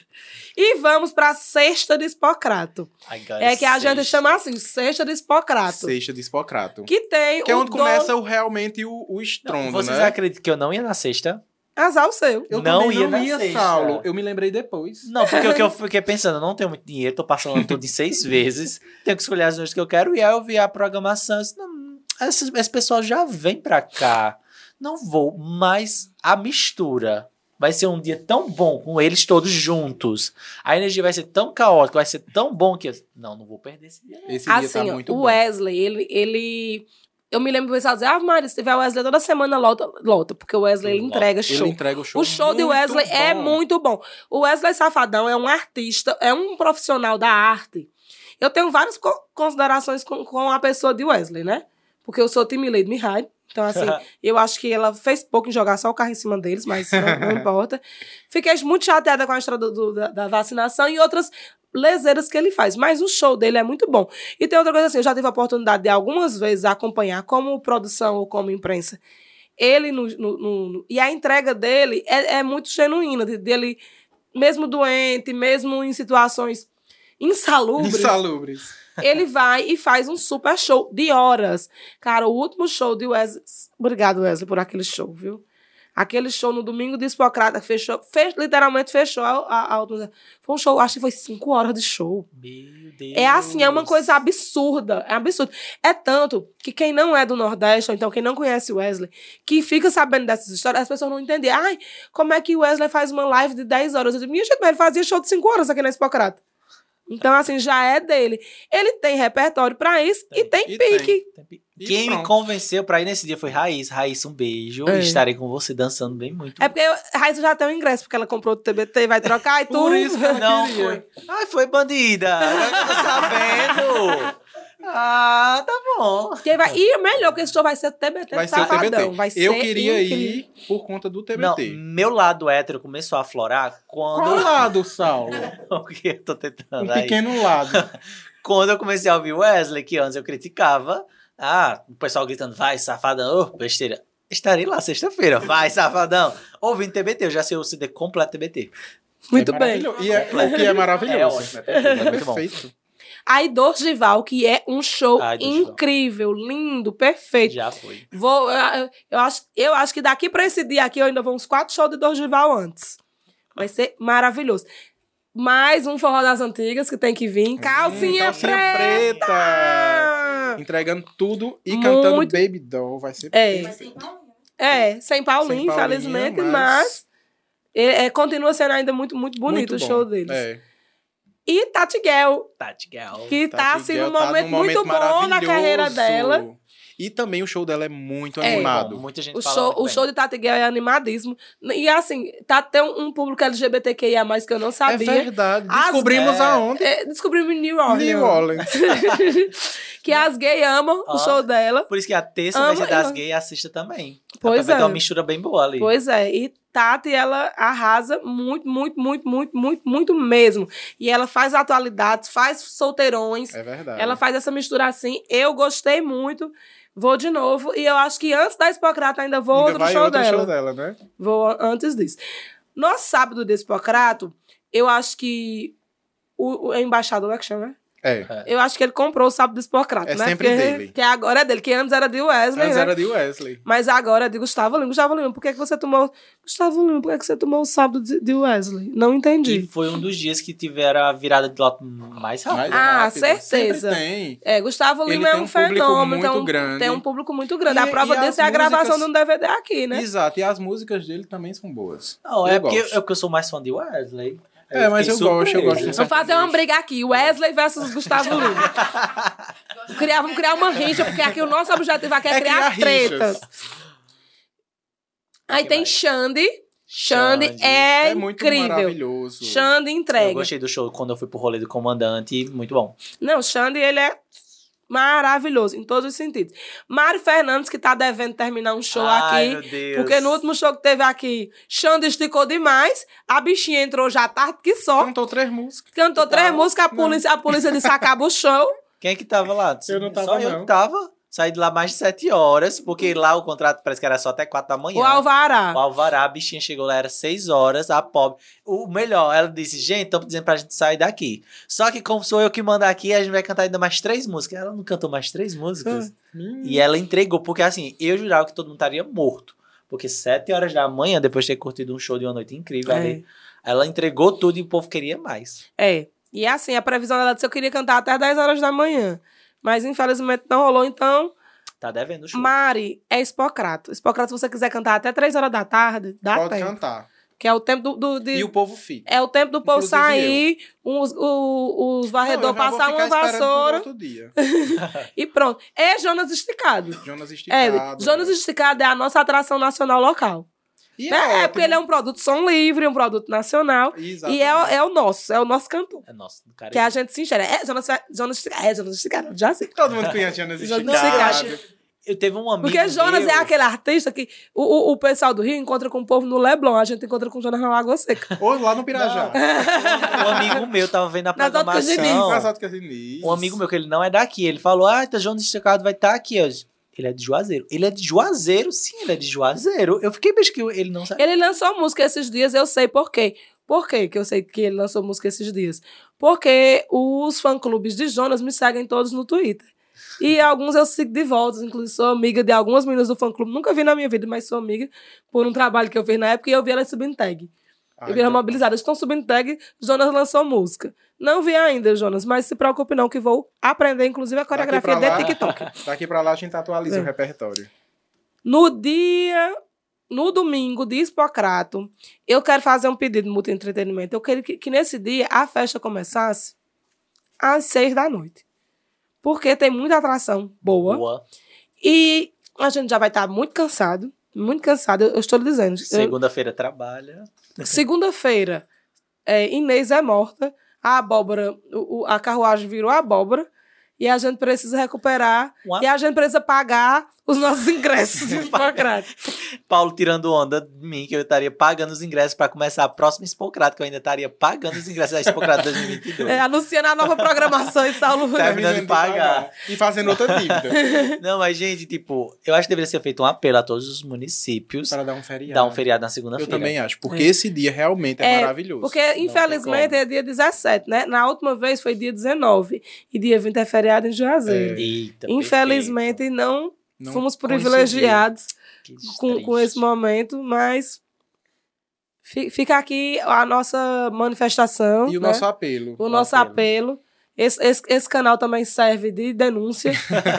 E vamos pra Sexta de Hipócrato. Agora É que a gente sexta. chama assim, Sexta de Hipócrato. Sexta de Hipócrato. Que tem Que é o onde do- começa o, realmente o, o Não, estrondo, vocês né? acreditam que eu não ia na sexta? Azar o seu. Eu Não também ia não na ia, sexta. Saulo. Eu me lembrei depois. Não, porque o que eu fiquei pensando, eu não tenho muito dinheiro, tô passando tudo em seis vezes, tenho que escolher as noites que eu quero, e aí eu vi a programação, eu disse, não, esse, esse pessoal já vem pra cá, não vou, mas a mistura vai ser um dia tão bom com eles todos juntos, a energia vai ser tão caótica, vai ser tão bom que eu, não, não vou perder esse dia. Esse dia Assim, tá ó, muito o bom. Wesley, ele, ele... Eu me lembro do pessoal dizer, ah, Maria, se tiver o Wesley toda semana, lota, lota porque o Wesley, ele Lota. entrega Ele show. entrega o show O show de muito Wesley é bom. muito bom. O Wesley Safadão é um artista, é um profissional da arte. Eu tenho várias co- considerações com, com a pessoa de Wesley, né? Porque eu sou time Lady Mihai. Então, assim, eu acho que ela fez pouco em jogar só o carro em cima deles, mas não, não importa. Fiquei muito chateada com a história do, do- da, da vacinação e outras leseiras que ele faz. Mas o show dele é muito bom. E tem outra coisa assim, eu já tive a oportunidade de algumas vezes acompanhar como produção ou como imprensa. Ele, no, no- no- no- e a entrega dele é, é muito genuína. de- Dele, mesmo doente, mesmo em situações insalubres, Insalubres. ele vai e faz um super show de horas. Cara, o último show de Wesley... Obrigado, Wesley, por aquele show, viu? Aquele show no domingo de Hipócrata, que fechou, fech, literalmente fechou a, a, a última... Foi um show, acho que foi cinco horas de show. Meu Deus. É assim, é uma coisa absurda. É absurdo. É tanto que quem não é do Nordeste, ou então quem não conhece o Wesley, que fica sabendo dessas histórias, as pessoas não entendem. Ai, como é que o Wesley faz uma live de dez horas? Eu digo, minha gente, mas ele fazia show de cinco horas aqui na Hipócrata. Então, assim, já é dele. Ele tem repertório pra isso e tem E pique. E Quem me pronto. convenceu pra ir nesse dia foi Raíssa. Raíssa, um beijo. É. Estarei com você dançando bem muito. É porque a Raíssa já tem o ingresso, porque ela comprou do T B T, vai trocar e tudo. Por isso que ela Não queria. foi. Ai, foi bandida. Agora que eu tô sabendo. Ah, tá bom. Quem vai... E o melhor, porque esse show vai ser T B T Vai ser o Safadão. T B T. Vai ser Eu queria incrível. ir por conta do T B Não, T. meu lado hétero começou a aflorar Qual quando... lado, Saulo? O que eu tô tentando Um aí? pequeno lado. Quando eu comecei a ouvir Wesley, que antes eu criticava, ah, o pessoal gritando, vai, safadão, oh, besteira. Estarei lá sexta-feira, vai, safadão. Ouvindo T B T, eu já sei o C D completo T B T. Muito É bem. maravilhoso. E é, o que é maravilhoso. É ótimo, é perfeito, é muito bom. Perfeito. Aí Dorival, que é um show Ai, Dorival. incrível, lindo, perfeito. Já foi. Vou, eu, eu, acho, eu acho que daqui pra esse dia aqui eu ainda vou uns quatro shows de Dorival antes. Vai ser maravilhoso. Mais um Forró das Antigas que tem que vir. Calcinha, Hum, calcinha preta! preta. Entregando tudo e cantando Muito- Baby Doll. Vai ser É. Vai ser em Paulinho. É, sem Paulinho, Sem Paulinho, infelizmente, mas- mas, é, é, continua sendo ainda muito, muito bonito muito o bom. show deles. É. E Tati Guel, Tati Gal. que tá, Tati assim, Guel num tá momento, num muito bom na carreira dela. E também o show dela é muito É. animado. Muita gente O fala show, muito o bem. show de Tati Guel é animadíssimo. E assim, tá até um, um público L G B T Q I A mais, que eu não É sabia. verdade. As- Descobrimos é. aonde? É, descobrimos em New Orleans. New Orleans. Que as gays amam Ó. o show dela. Por isso que a terça Ama média das ela. gays assista também. Pois Vai é. ter uma mistura bem boa ali. Pois é, e Tati, ela arrasa muito, muito, muito, muito, muito, muito mesmo. E ela faz atualidades, faz solteirões. É verdade. Ela faz essa mistura assim. Eu gostei muito. Vou de novo. E eu acho que antes da Hipócrata ainda vou Ainda outro vai show outro dela. show dela, né? Vou antes disso. No sábado desse Hipocrato, eu acho que o, o embaixador, é que chama, né? É. Eu acho que ele comprou o sábado desse Hipocrato, É né? sempre Porque, dele. Que agora é dele, que antes era de Wesley, Antes né? era de Wesley. Mas agora é de Gustavo Lima. Gustavo Lima, por que, que você tomou... Gustavo Lima, por que, que você tomou o sábado de, de Wesley? Não E entendi. foi um dos dias que tiveram a virada de lote mais rápida. Mais Ah, rápido. certeza. Sempre tem. É, Gustavo Ele Lima é tem um um público fenômeno. muito tem um, grande. Tem um público muito grande. E- a prova e as desse é a gravação músicas- de um D V D aqui, né? Exato, e as músicas dele também são boas. Não, é Eu porque, gosto. é porque eu sou mais fã de Wesley. É, mas eu fiquei gosto, eu surpreso. gosto do Vamos fazer uma briga aqui. Wesley versus Gustavo Lima. Criar, vamos criar uma rixa, porque aqui o nosso objetivo aqui é, É criar, criar rixas. tretas. Aí Que tem mais? Xande. Xande Xande. é, É muito incrível. maravilhoso. Xande Eu entrega. gostei do show quando eu fui pro rolê do comandante, muito bom. Não, Xande, ele é maravilhoso, em todos os sentidos. Mário Fernandes, que tá devendo terminar um show Ai, aqui. meu Deus. Porque no último show que teve aqui, Xande esticou demais, a bichinha entrou já tarde que só, Cantou três músicas. cantou três Não, músicas, a polícia, a polícia disse acaba o show. Quem é que tava lá? Eu não tava, Só eu não. que tava. Saí de lá mais de sete horas, porque lá o contrato parece que era só até quatro da manhã. O Alvará. O Alvará, a bichinha chegou lá, era seis horas, a pobre. O melhor, ela disse, gente, estão dizendo pra gente sair daqui. Só que como sou eu que mando aqui, a gente vai cantar ainda mais três músicas. Ela não cantou mais três músicas. Hum. E ela entregou, porque assim, eu jurava que todo mundo estaria morto. Porque sete horas da manhã, depois de ter curtido um show de uma noite incrível É. ali, ela entregou tudo e o povo queria mais. É. E assim, a previsão dela disse que eu queria cantar até dez horas da manhã. Mas infelizmente não rolou, então... Tá devendo o show. Mari, é Hipocrato. Hipocrato, se você quiser cantar até três horas da tarde, dá Pode tempo. cantar. Que é o tempo do... do- de- E o povo fica. É o tempo do povo Inclusive sair, os, o- os varredores Não, eu já vou passar uma ficar esperando por vassoura outro dia. e pronto. É Jonas Esticado. Jonas É, Esticado. Jonas Esticado é a nossa atração nacional local. E Né? É, ótimo. porque ele é um produto som livre, um produto nacional. Exatamente. E é, o- é o nosso, é o nosso cantor. É nosso, do cara. Que a gente se enxerga. É Jonas, Jonas Esticado. É Jonas Esticado, já sei. Todo mundo conhece Jonas Jonas Esticado. Esticado. Eu teve um amigo Porque Jonas meu, é aquele artista que o, o, o pessoal do Rio encontra com o povo no Leblon. A gente encontra com o Jonas na Lagoa Seca. Ou lá no Pirajá. Um amigo meu tava vendo a Nas óticas de programação. Nas óticas de Diniz. Um amigo meu, que ele não é daqui, ele falou, ah, tá João Esticado vai estar aqui hoje. Ele é de Juazeiro. Ele é de Juazeiro? Sim, ele é de Juazeiro. Eu fiquei bem que ele não sabe. Ele lançou música esses dias, eu sei por quê. Por quê que eu sei que ele lançou música esses dias? Porque os fã-clubes de Jonas me seguem todos no Twitter. E alguns eu sigo de volta, inclusive sou amiga de algumas meninas do fã-clube. Nunca vi na minha vida, mas sou amiga por um trabalho que eu fiz na época e eu vi elas subindo tag. Ah, eu vi elas então- mobilizadas. Estão subindo tag, Jonas lançou música. Não vi ainda, Jonas, mas se preocupe não que vou aprender, inclusive, a coreografia Daqui pra de lá- TikTok. Daqui pra lá a gente atualiza É. o repertório. No dia, no domingo de Hipocrato, eu quero fazer um pedido de Multi Entretenimento. Eu quero que, que nesse dia a festa começasse às seis da noite. Porque tem muita atração boa. Boa. E a gente já vai estar muito cansado. Muito cansado, eu, eu estou lhe dizendo. Eu- Segunda-feira trabalha. Segunda-feira, é, Inês é morta. A abóbora, o- o- a carruagem virou abóbora. E a gente precisa recuperar. Uma- E a gente precisa pagar os nossos ingressos do Hipocrato. Paulo tirando onda de mim, que eu estaria pagando os ingressos pra começar a próxima Hipocrato, que eu ainda estaria pagando os ingressos da Hipocrato dois mil e vinte e dois. É, anunciando a nova programação e Saulo. Tá. Terminando de pagar. E fazendo outra dívida. Não, mas, gente, tipo, eu acho que deveria ser feito um apelo a todos os municípios Para dar um feriado. dar um feriado na Eu segunda-feira. também acho. Porque esse dia realmente é, É, maravilhoso. Porque, infelizmente, como. é dia dezessete, né? Na última vez foi dia dezenove. E dia vinte é feriado em Juazeiro. Eita, Infelizmente, não, Não fomos coincidiu. privilegiados perfeito. Que com, com triste. esse momento, mas fi- fica aqui a nossa manifestação. E o né? nosso apelo. O nosso apelo. Esse, esse, esse canal também serve de denúncia.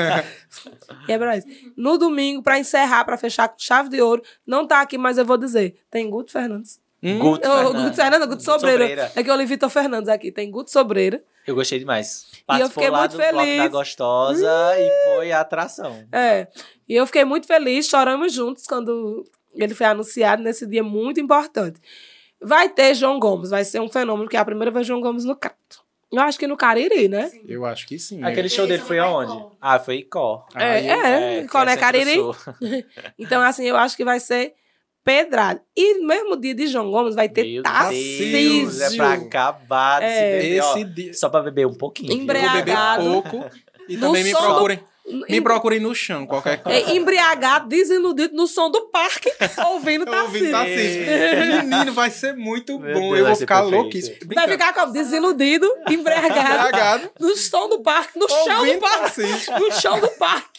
E é verdade. No domingo, para encerrar, para fechar com chave de ouro, não tá aqui, mas eu vou dizer. Tem Guto Fernandes. Hum, Guto Ô, Fernandes. Guto Fernandes, Guto Sobreira. Sobreira. É que eu li Vitor Fernandes aqui. Tem Guto Sobreira. Eu gostei demais. E eu Participou fiquei lá muito do Bloco feliz. da Gostosa e foi a atração. É. E eu fiquei muito feliz. Choramos juntos quando ele foi anunciado nesse dia muito importante. Vai ter João Gomes. Vai ser um fenômeno, que é a primeira vez João Gomes no Crato. Eu acho que no Cariri, né? Eu acho que sim. Aquele show dele foi aonde? Ah, foi Icó. É, Aí, é. que Qual é Cariri? Centro-Sul. Então, assim, eu acho que vai ser pedrado. E no mesmo dia de João Gomes vai ter Meu Tarcísio. Deus, é pra acabar de É. se beber, ó. Esse dia... Só pra beber um pouquinho. Embrea- Eu vou beber Embriagado. pouco. E No também me som do- procurem. Me procurem no chão, qualquer coisa. É, embriagado, desiludido no som do parque, ouvindo Ouvindo Tarcísio. Tarcísio. Menino, vai ser muito Meu bom. Deus, Eu vai vou ser ficar perfeito. louquíssimo. Vai Brincando. ficar como? Desiludido, embriagado, Embriagado. no som do parque, no chão do Ouvindo parque. Tarcísio. No chão do parque.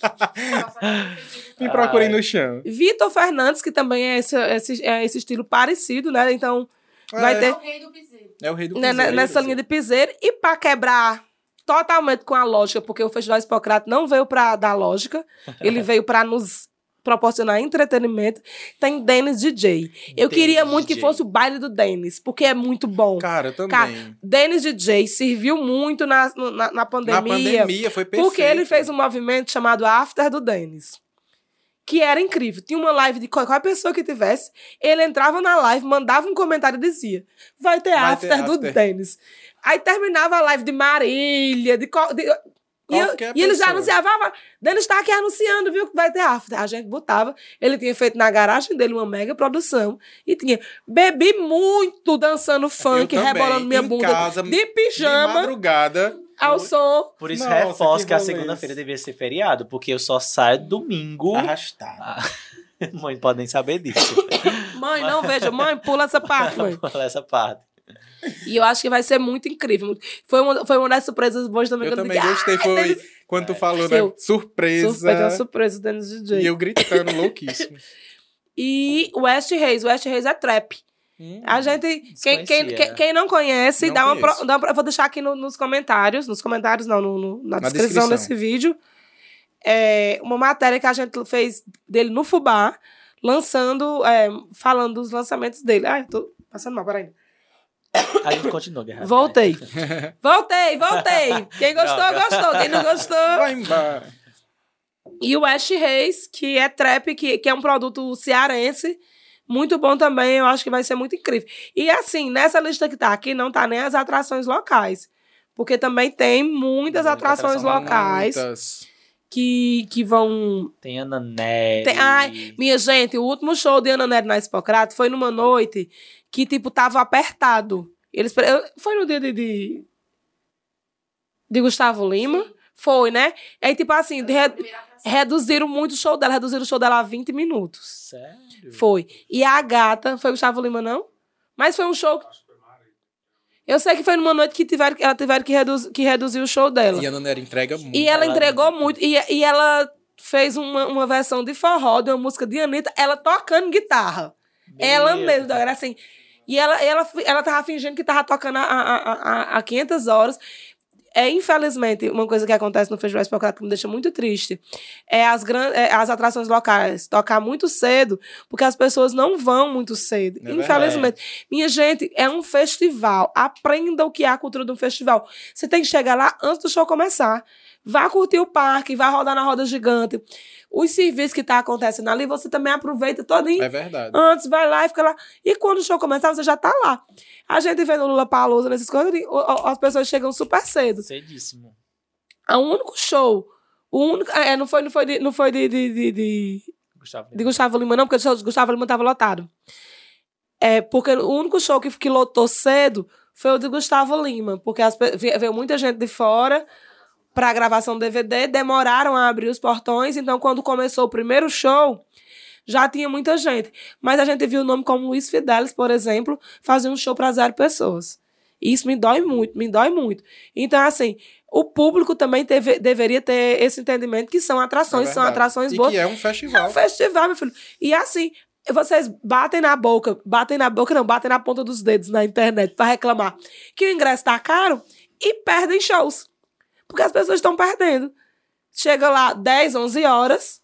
Me procurem no chão. Vitor Fernandes, que também é esse, esse, é esse estilo parecido, né? Então, vai É. ter É o rei do piseiro. É o rei do né, piseiro. nessa linha de piseiro. E para quebrar totalmente com a lógica, porque o Festival Hipócrata não veio para dar lógica, ele veio para nos proporcionar entretenimento. Tem Dennis D J. Eu Dennis queria muito que D J. fosse o baile do Dennis, porque é muito bom. Cara, também. Cara, Dennis D J serviu muito na, na, na pandemia. Na pandemia foi perfeito. Porque ele fez um movimento chamado After do Dennis. Que era incrível. Tinha uma live de qualquer pessoa que tivesse. Ele entrava na live, mandava um comentário e dizia: vai ter Vai After ter do after. Dennis. Aí terminava a live de Marília, de... co- de- E, eu- Qualquer e ele já pessoa. anunciava, ah, Dennis tá aqui anunciando, viu, que vai ter after. A gente botava, ele tinha feito na garagem dele uma mega produção e tinha, bebi muito dançando funk, Eu também, rebolando minha em bunda casa, de De pijama madrugada. ao som. Por isso, Nossa, reforço que que a rolê segunda-feira esse. devia ser feriado, porque eu só saio domingo. Arrastado. Mãe, podem saber disso. Mãe, não vejo, mãe, pula essa parte, mãe. Pula essa parte. E eu acho que vai ser muito incrível. muito- Foi uma, foi uma das surpresas boas também. Eu quando também digo, gostei. "Ah, Foi Dennis-" quando tu falou, Eu- né? Surpresa. Surpresa, uma surpresa do Dennis D J. E eu gritando louquíssimo. E o West Reis. O West Reis é trap. Hum. A gente. Quem, quem, Desconhecia. quem, quem não conhece, Não dá uma, conheço. pro- dá uma. Eu vou deixar aqui no- nos comentários. Nos comentários, não, no, no- na, Na descrição, descrição. desse vídeo. É uma matéria que a gente fez dele no Fubá, lançando. é, falando dos lançamentos dele. Ai, eu tô passando mal, peraí. A gente continua, Guerra. Voltei. voltei, voltei. Quem gostou, Droga. gostou. Quem não gostou. Vai embora. E o West Reis, que é trap, que, que é um produto cearense, muito bom também, eu acho que vai ser muito incrível. E assim, nessa lista que tá aqui, não tá nem as atrações locais. Porque também tem muitas Muita atrações atração, locais Muitas. que, que vão... Tem Ana Nery. Tem- ai, minha gente, o último show de Ana Nery na Hipócrata foi numa noite que, tipo, tava apertado. Eles, pre- eu- foi no dia de, de, de Gustavo Lima? Foi, né? Aí, tipo assim, de re- reduziram muito o show dela. Reduziram o show dela a vinte minutos. Sério? Foi. E a gata... Foi Gustavo Lima, não? Mas foi um show... Eu sei que foi numa noite que tiveram, ela tiveram que, reduz, que reduzir o show dela. E a Nanera entrega muito. E ela Ela- entregou muito. E, e ela fez uma, uma versão de forró de uma música de Anitta, ela tocando guitarra. Ela Meu mesma, era assim. E ela, ela, ela tava fingindo que tava tocando há, há, há, há quinhentas horas. É, infelizmente, uma coisa que acontece no Festival Hipócrata que me deixa muito triste é as, gran, é as atrações locais tocar muito cedo, porque as pessoas não vão muito cedo. É infelizmente. Minha gente, é um festival. Aprenda o que é a cultura de um festival. Você tem que chegar lá antes do show começar. Vá curtir o parque, vá rodar na roda gigante. Os serviços que tá acontecendo ali, você também aproveita todinho. É verdade. Antes, vai lá e fica lá. E quando o show começar, você já tá lá. A gente vê no Lula Palusa, nessas coisas, o- o- as pessoas chegam super cedo. Cedíssimo. O único show, o único, é, não foi, não foi, de, não foi de, de, de, de, Gustavo. de Gustavo Lima, não, porque o show de Gustavo Lima tava lotado. É, porque o único show que, que lotou cedo foi o de Gustavo Lima, porque as pe- ve- veio muita gente de fora para a gravação do D V D, demoraram a abrir os portões, então quando começou o primeiro show, já tinha muita gente. Mas a gente viu o nome como Luiz Fidelis, por exemplo, fazer um show para zero pessoas. E isso me dói muito, me dói muito. Então, assim, o público também teve, deveria ter esse entendimento que são atrações, É são verdade. atrações E boas. que é um É festival. um festival, meu filho. E assim, vocês batem na boca, batem na boca, não, batem na ponta dos dedos na internet para reclamar que o ingresso tá caro e perdem shows. Porque as pessoas estão perdendo. Chega lá dez, onze horas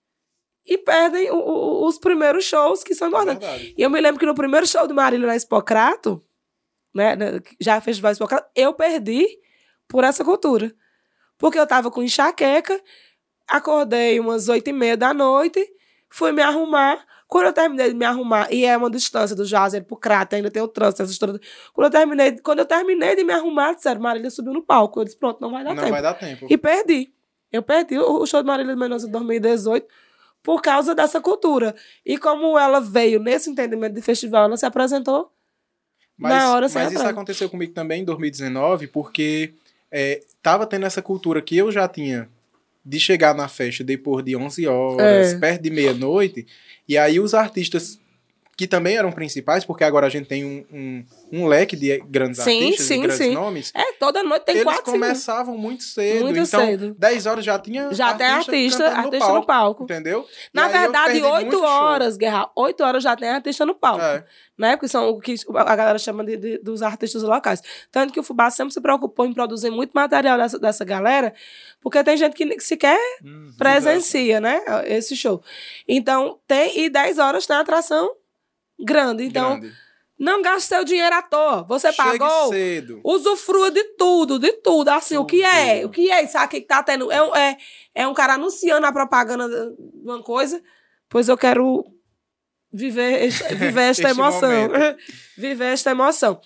e perdem o- o- os primeiros shows que são É importantes. verdade. E eu me lembro que no primeiro show de Marília na Hipócrata, né, né, já Festival Hipócrata, eu perdi por essa cultura. Porque eu tava com enxaqueca, acordei umas oito e meia da noite, fui me arrumar. Quando eu terminei de me arrumar, e é uma distância do Juazeiro pro Crato, ainda tem o trânsito, essa história. Quando eu terminei, quando eu terminei de me arrumar, disseram, Marília subiu no palco. Eu disse, pronto, não vai dar Não tempo. vai dar tempo. E perdi. Eu perdi o o show de Marília Mendonça de dois mil e dezoito por causa dessa cultura. E como ela veio nesse entendimento de festival, ela se apresentou Mas, na hora sem mas isso atraso. aconteceu comigo também em dois mil e dezenove, porque é, tava tendo essa cultura que eu já tinha de chegar na festa depois de onze horas, É. perto de meia-noite, e aí os artistas que também eram principais, porque agora a gente tem um, um, um leque de grandes Sim, artistas, sim, de grandes sim. nomes, É, toda noite tem eles quatro, cinco. começavam muito cedo. Muito então, cedo. dez horas já tinha Já tem artista, cantando artista no palco. Entendeu? E Na aí eu verdade, perdi oito muito show. horas, Guerra, oito horas já tem artista no palco. É. Né? Porque são o que a galera chama de, de- dos artistas locais. Tanto que o Fubá sempre se preocupou em produzir muito material dessa, dessa galera, porque tem gente que sequer Uhum. presencia, né? Esse show. Então, tem, e dez horas tem atração grande. Então, Grande. não gaste seu dinheiro à toa. Você Chegue pagou, cedo. usufrua de tudo, de tudo. Assim, o que é? Tudo. O que é isso aqui que tá tendo? É, um- é, é um cara anunciando a propaganda de uma coisa, pois eu quero viver, este- viver esta Este emoção. momento. Viver esta emoção.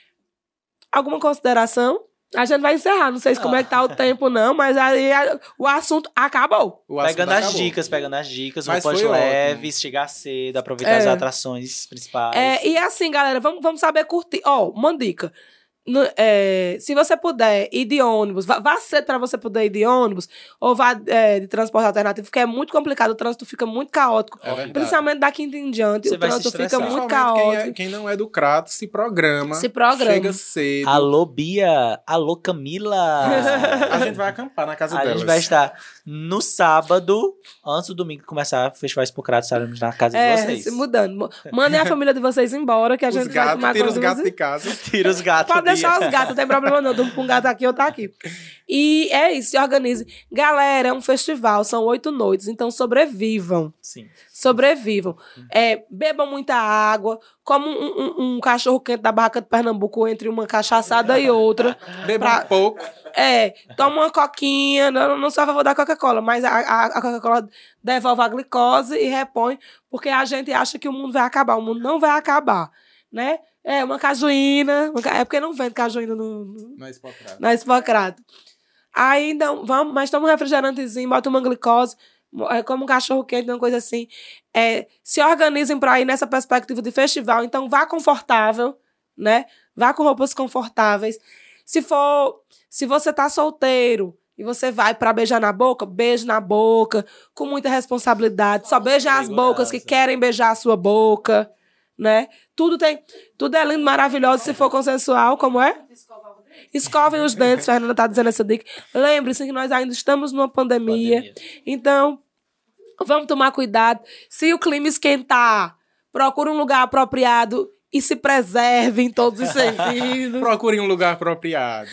Alguma consideração? A gente vai encerrar. Não sei se como é que tá o tempo, não, mas aí a- o assunto acabou. O assunto Pegando as acabou. dicas, pegando as dicas, Mas roupas foi leves, chegar cedo, aproveitar É. as atrações principais. É, e assim, galera, vamos, vamos saber curtir. Ó, uma dica. No- é, se você puder ir de ônibus, vá, vá cedo para você poder ir de ônibus, ou vá é, de transporte alternativo, porque é muito complicado, o trânsito fica muito caótico. É verdade. Principalmente da quinta em diante, Você o vai se trânsito fica estressar. muito Principalmente quem, é- caótico. quem não é do Crato, se programa. Se programa. Chega cedo. Alô, Bia! Alô, Camila! A gente vai acampar na casa A delas. gente vai estar no sábado, antes do domingo começar o Festival Expocrato, estaremos na casa de É, vocês. se mudando. Mo- Mandem a família de vocês embora, que a Os gente vai gatos, tomar tira os conta gatos dos- de casa. Tira os gatos, Pode deixar Bia. os gatos, não tem problema não. Durmo com um gato aqui, outro aqui. E é isso, se organize. Galera, é um festival, são oito noites, então sobrevivam. Sim. Sobrevivam. É, bebam muita água, como um, um- um cachorro quente da barraca de Pernambuco entre uma cachaçada e outra. Beba Pra- um pouco. É, toma uma coquinha, não, não sou a favor da Coca-Cola, mas a, a, a Coca-Cola devolve a glicose e repõe, porque a gente acha que o mundo vai acabar. O mundo não vai acabar, né? É, uma cajuína, uma ca- é porque não vende cajuína no, no, Não é espocrado. na Espocrata. Aí, então, vamos, mas toma um refrigerantezinho, bota uma glicose, é, como um cachorro quente, uma coisa assim. É, se organizem para ir nessa perspectiva de festival. Então, vá confortável, né? Vá com roupas confortáveis. Se for, se você tá solteiro e você vai para beijar na boca, beije na boca, com muita responsabilidade. Só beije as Segurança. bocas que querem beijar a sua boca, né? Tudo tem, tudo é lindo, maravilhoso, se for consensual, como é? Escovem os dentes, Fernanda tá dizendo essa dica. Lembre-se que nós ainda estamos numa pandemia. Pandemia. Então, vamos tomar cuidado. Se o clima esquentar, procure um lugar apropriado e se preserve em todos os sentidos. Procure um lugar apropriado.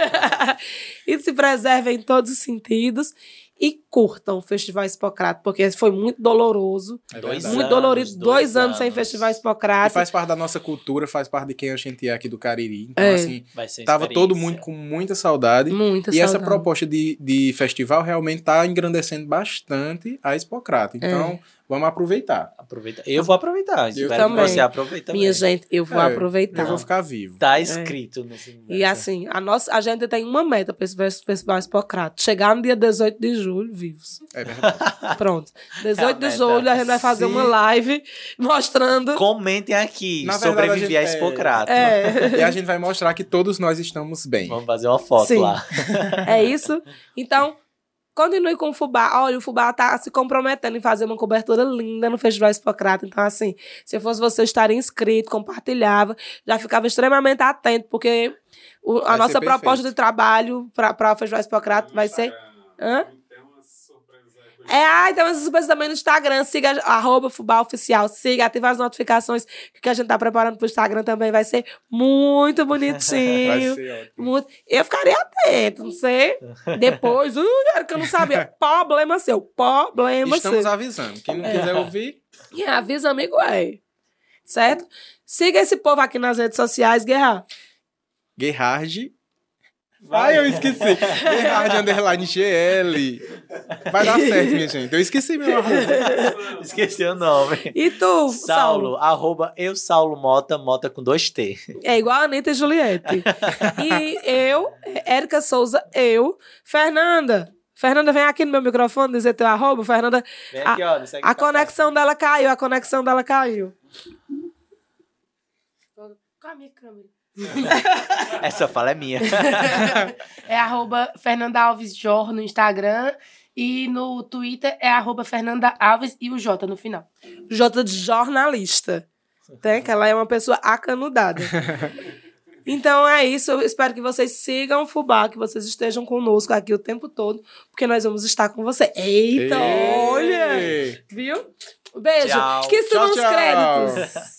E se preserve em todos os sentidos. E curtam o Festival Expocrato, porque foi muito doloroso. É Dois verdade. Muito anos, dolorido. Dois, dois anos sem anos. Festival E Expocrato. faz parte da nossa cultura, faz parte de quem a gente é aqui do Cariri. Então, É. assim, Vai ser tava todo experiência. mundo com muita saudade. Muita E essa saudade. proposta de, de festival realmente está engrandecendo bastante a Expocrata. Então, vamos aproveitar. Aproveita. Eu vou aproveitar. Espero também. que você aproveite também. Minha gente, eu vou É, aproveitar. Eu vou ficar vivo. Tá escrito nesse E universo. assim, a, nossa, a gente tem uma meta para esse Festival Expocrato. Chegar no dia dezoito de julho, vivos. É verdade. Pronto. dezoito É de a julho, meta. a gente vai fazer Sim. uma live mostrando... Comentem aqui. Na verdade, Sobreviver a a gente- Expocrato. É, E a gente vai mostrar que todos nós estamos bem. Vamos fazer uma foto Sim. lá. é isso. Então, continue com o Fubá. Olha, o Fubá tá se comprometendo em fazer uma cobertura linda no Festival Expocrato. Então, assim, se eu fosse você, estaria inscrito, compartilhava, já ficava extremamente atento, porque o- a Vai nossa ser proposta perfeito. de trabalho para o Festival Expocrato vai ser... Hã? Tem umas surpresas aí. pro É, ai, tem umas surpresas também no Instagram. Siga, arroba Fubá Oficial. Siga, ativa as notificações, que o que a gente tá preparando pro Instagram também vai ser muito Vai bonitinho. ser ótimo. Muito. Eu ficaria atento, não sei. Depois, uh, era que eu não sabia. Problema seu. Problema Estamos seu. avisando. Quem não É. quiser ouvir, E avisa, amigo, é. Certo? Siga esse povo aqui nas redes sociais, Guerra. Gerhard. Ai, eu esqueci. Gerhard underline G L. Vai dar certo, minha gente. Eu esqueci meu arroba. Esqueci o nome. E tu, Saulo, Saulo? arroba eu Saulo Mota, Mota com dois T. É igual a Anitta e Juliette. E eu, Érica Souza, eu. Fernanda. Fernanda, vem aqui no meu microfone dizer teu arroba. Fernanda, Vem aqui, ó. Segue a pra conexão dela caiu, a conexão dela caiu. Com a minha câmera. cá. Essa fala é minha. É arroba Fernanda Alves Jor no Instagram E no Twitter é arroba Fernanda Alves e o J no final. J de jornalista. Né? Que ela é uma pessoa acanudada. Então é isso. Eu espero que vocês sigam o Fubá, que vocês estejam conosco aqui o tempo todo, porque nós vamos estar com você. Eita, Ei! olha! Viu? Beijo. Tchau. Que subam Tchau, os tchau. créditos.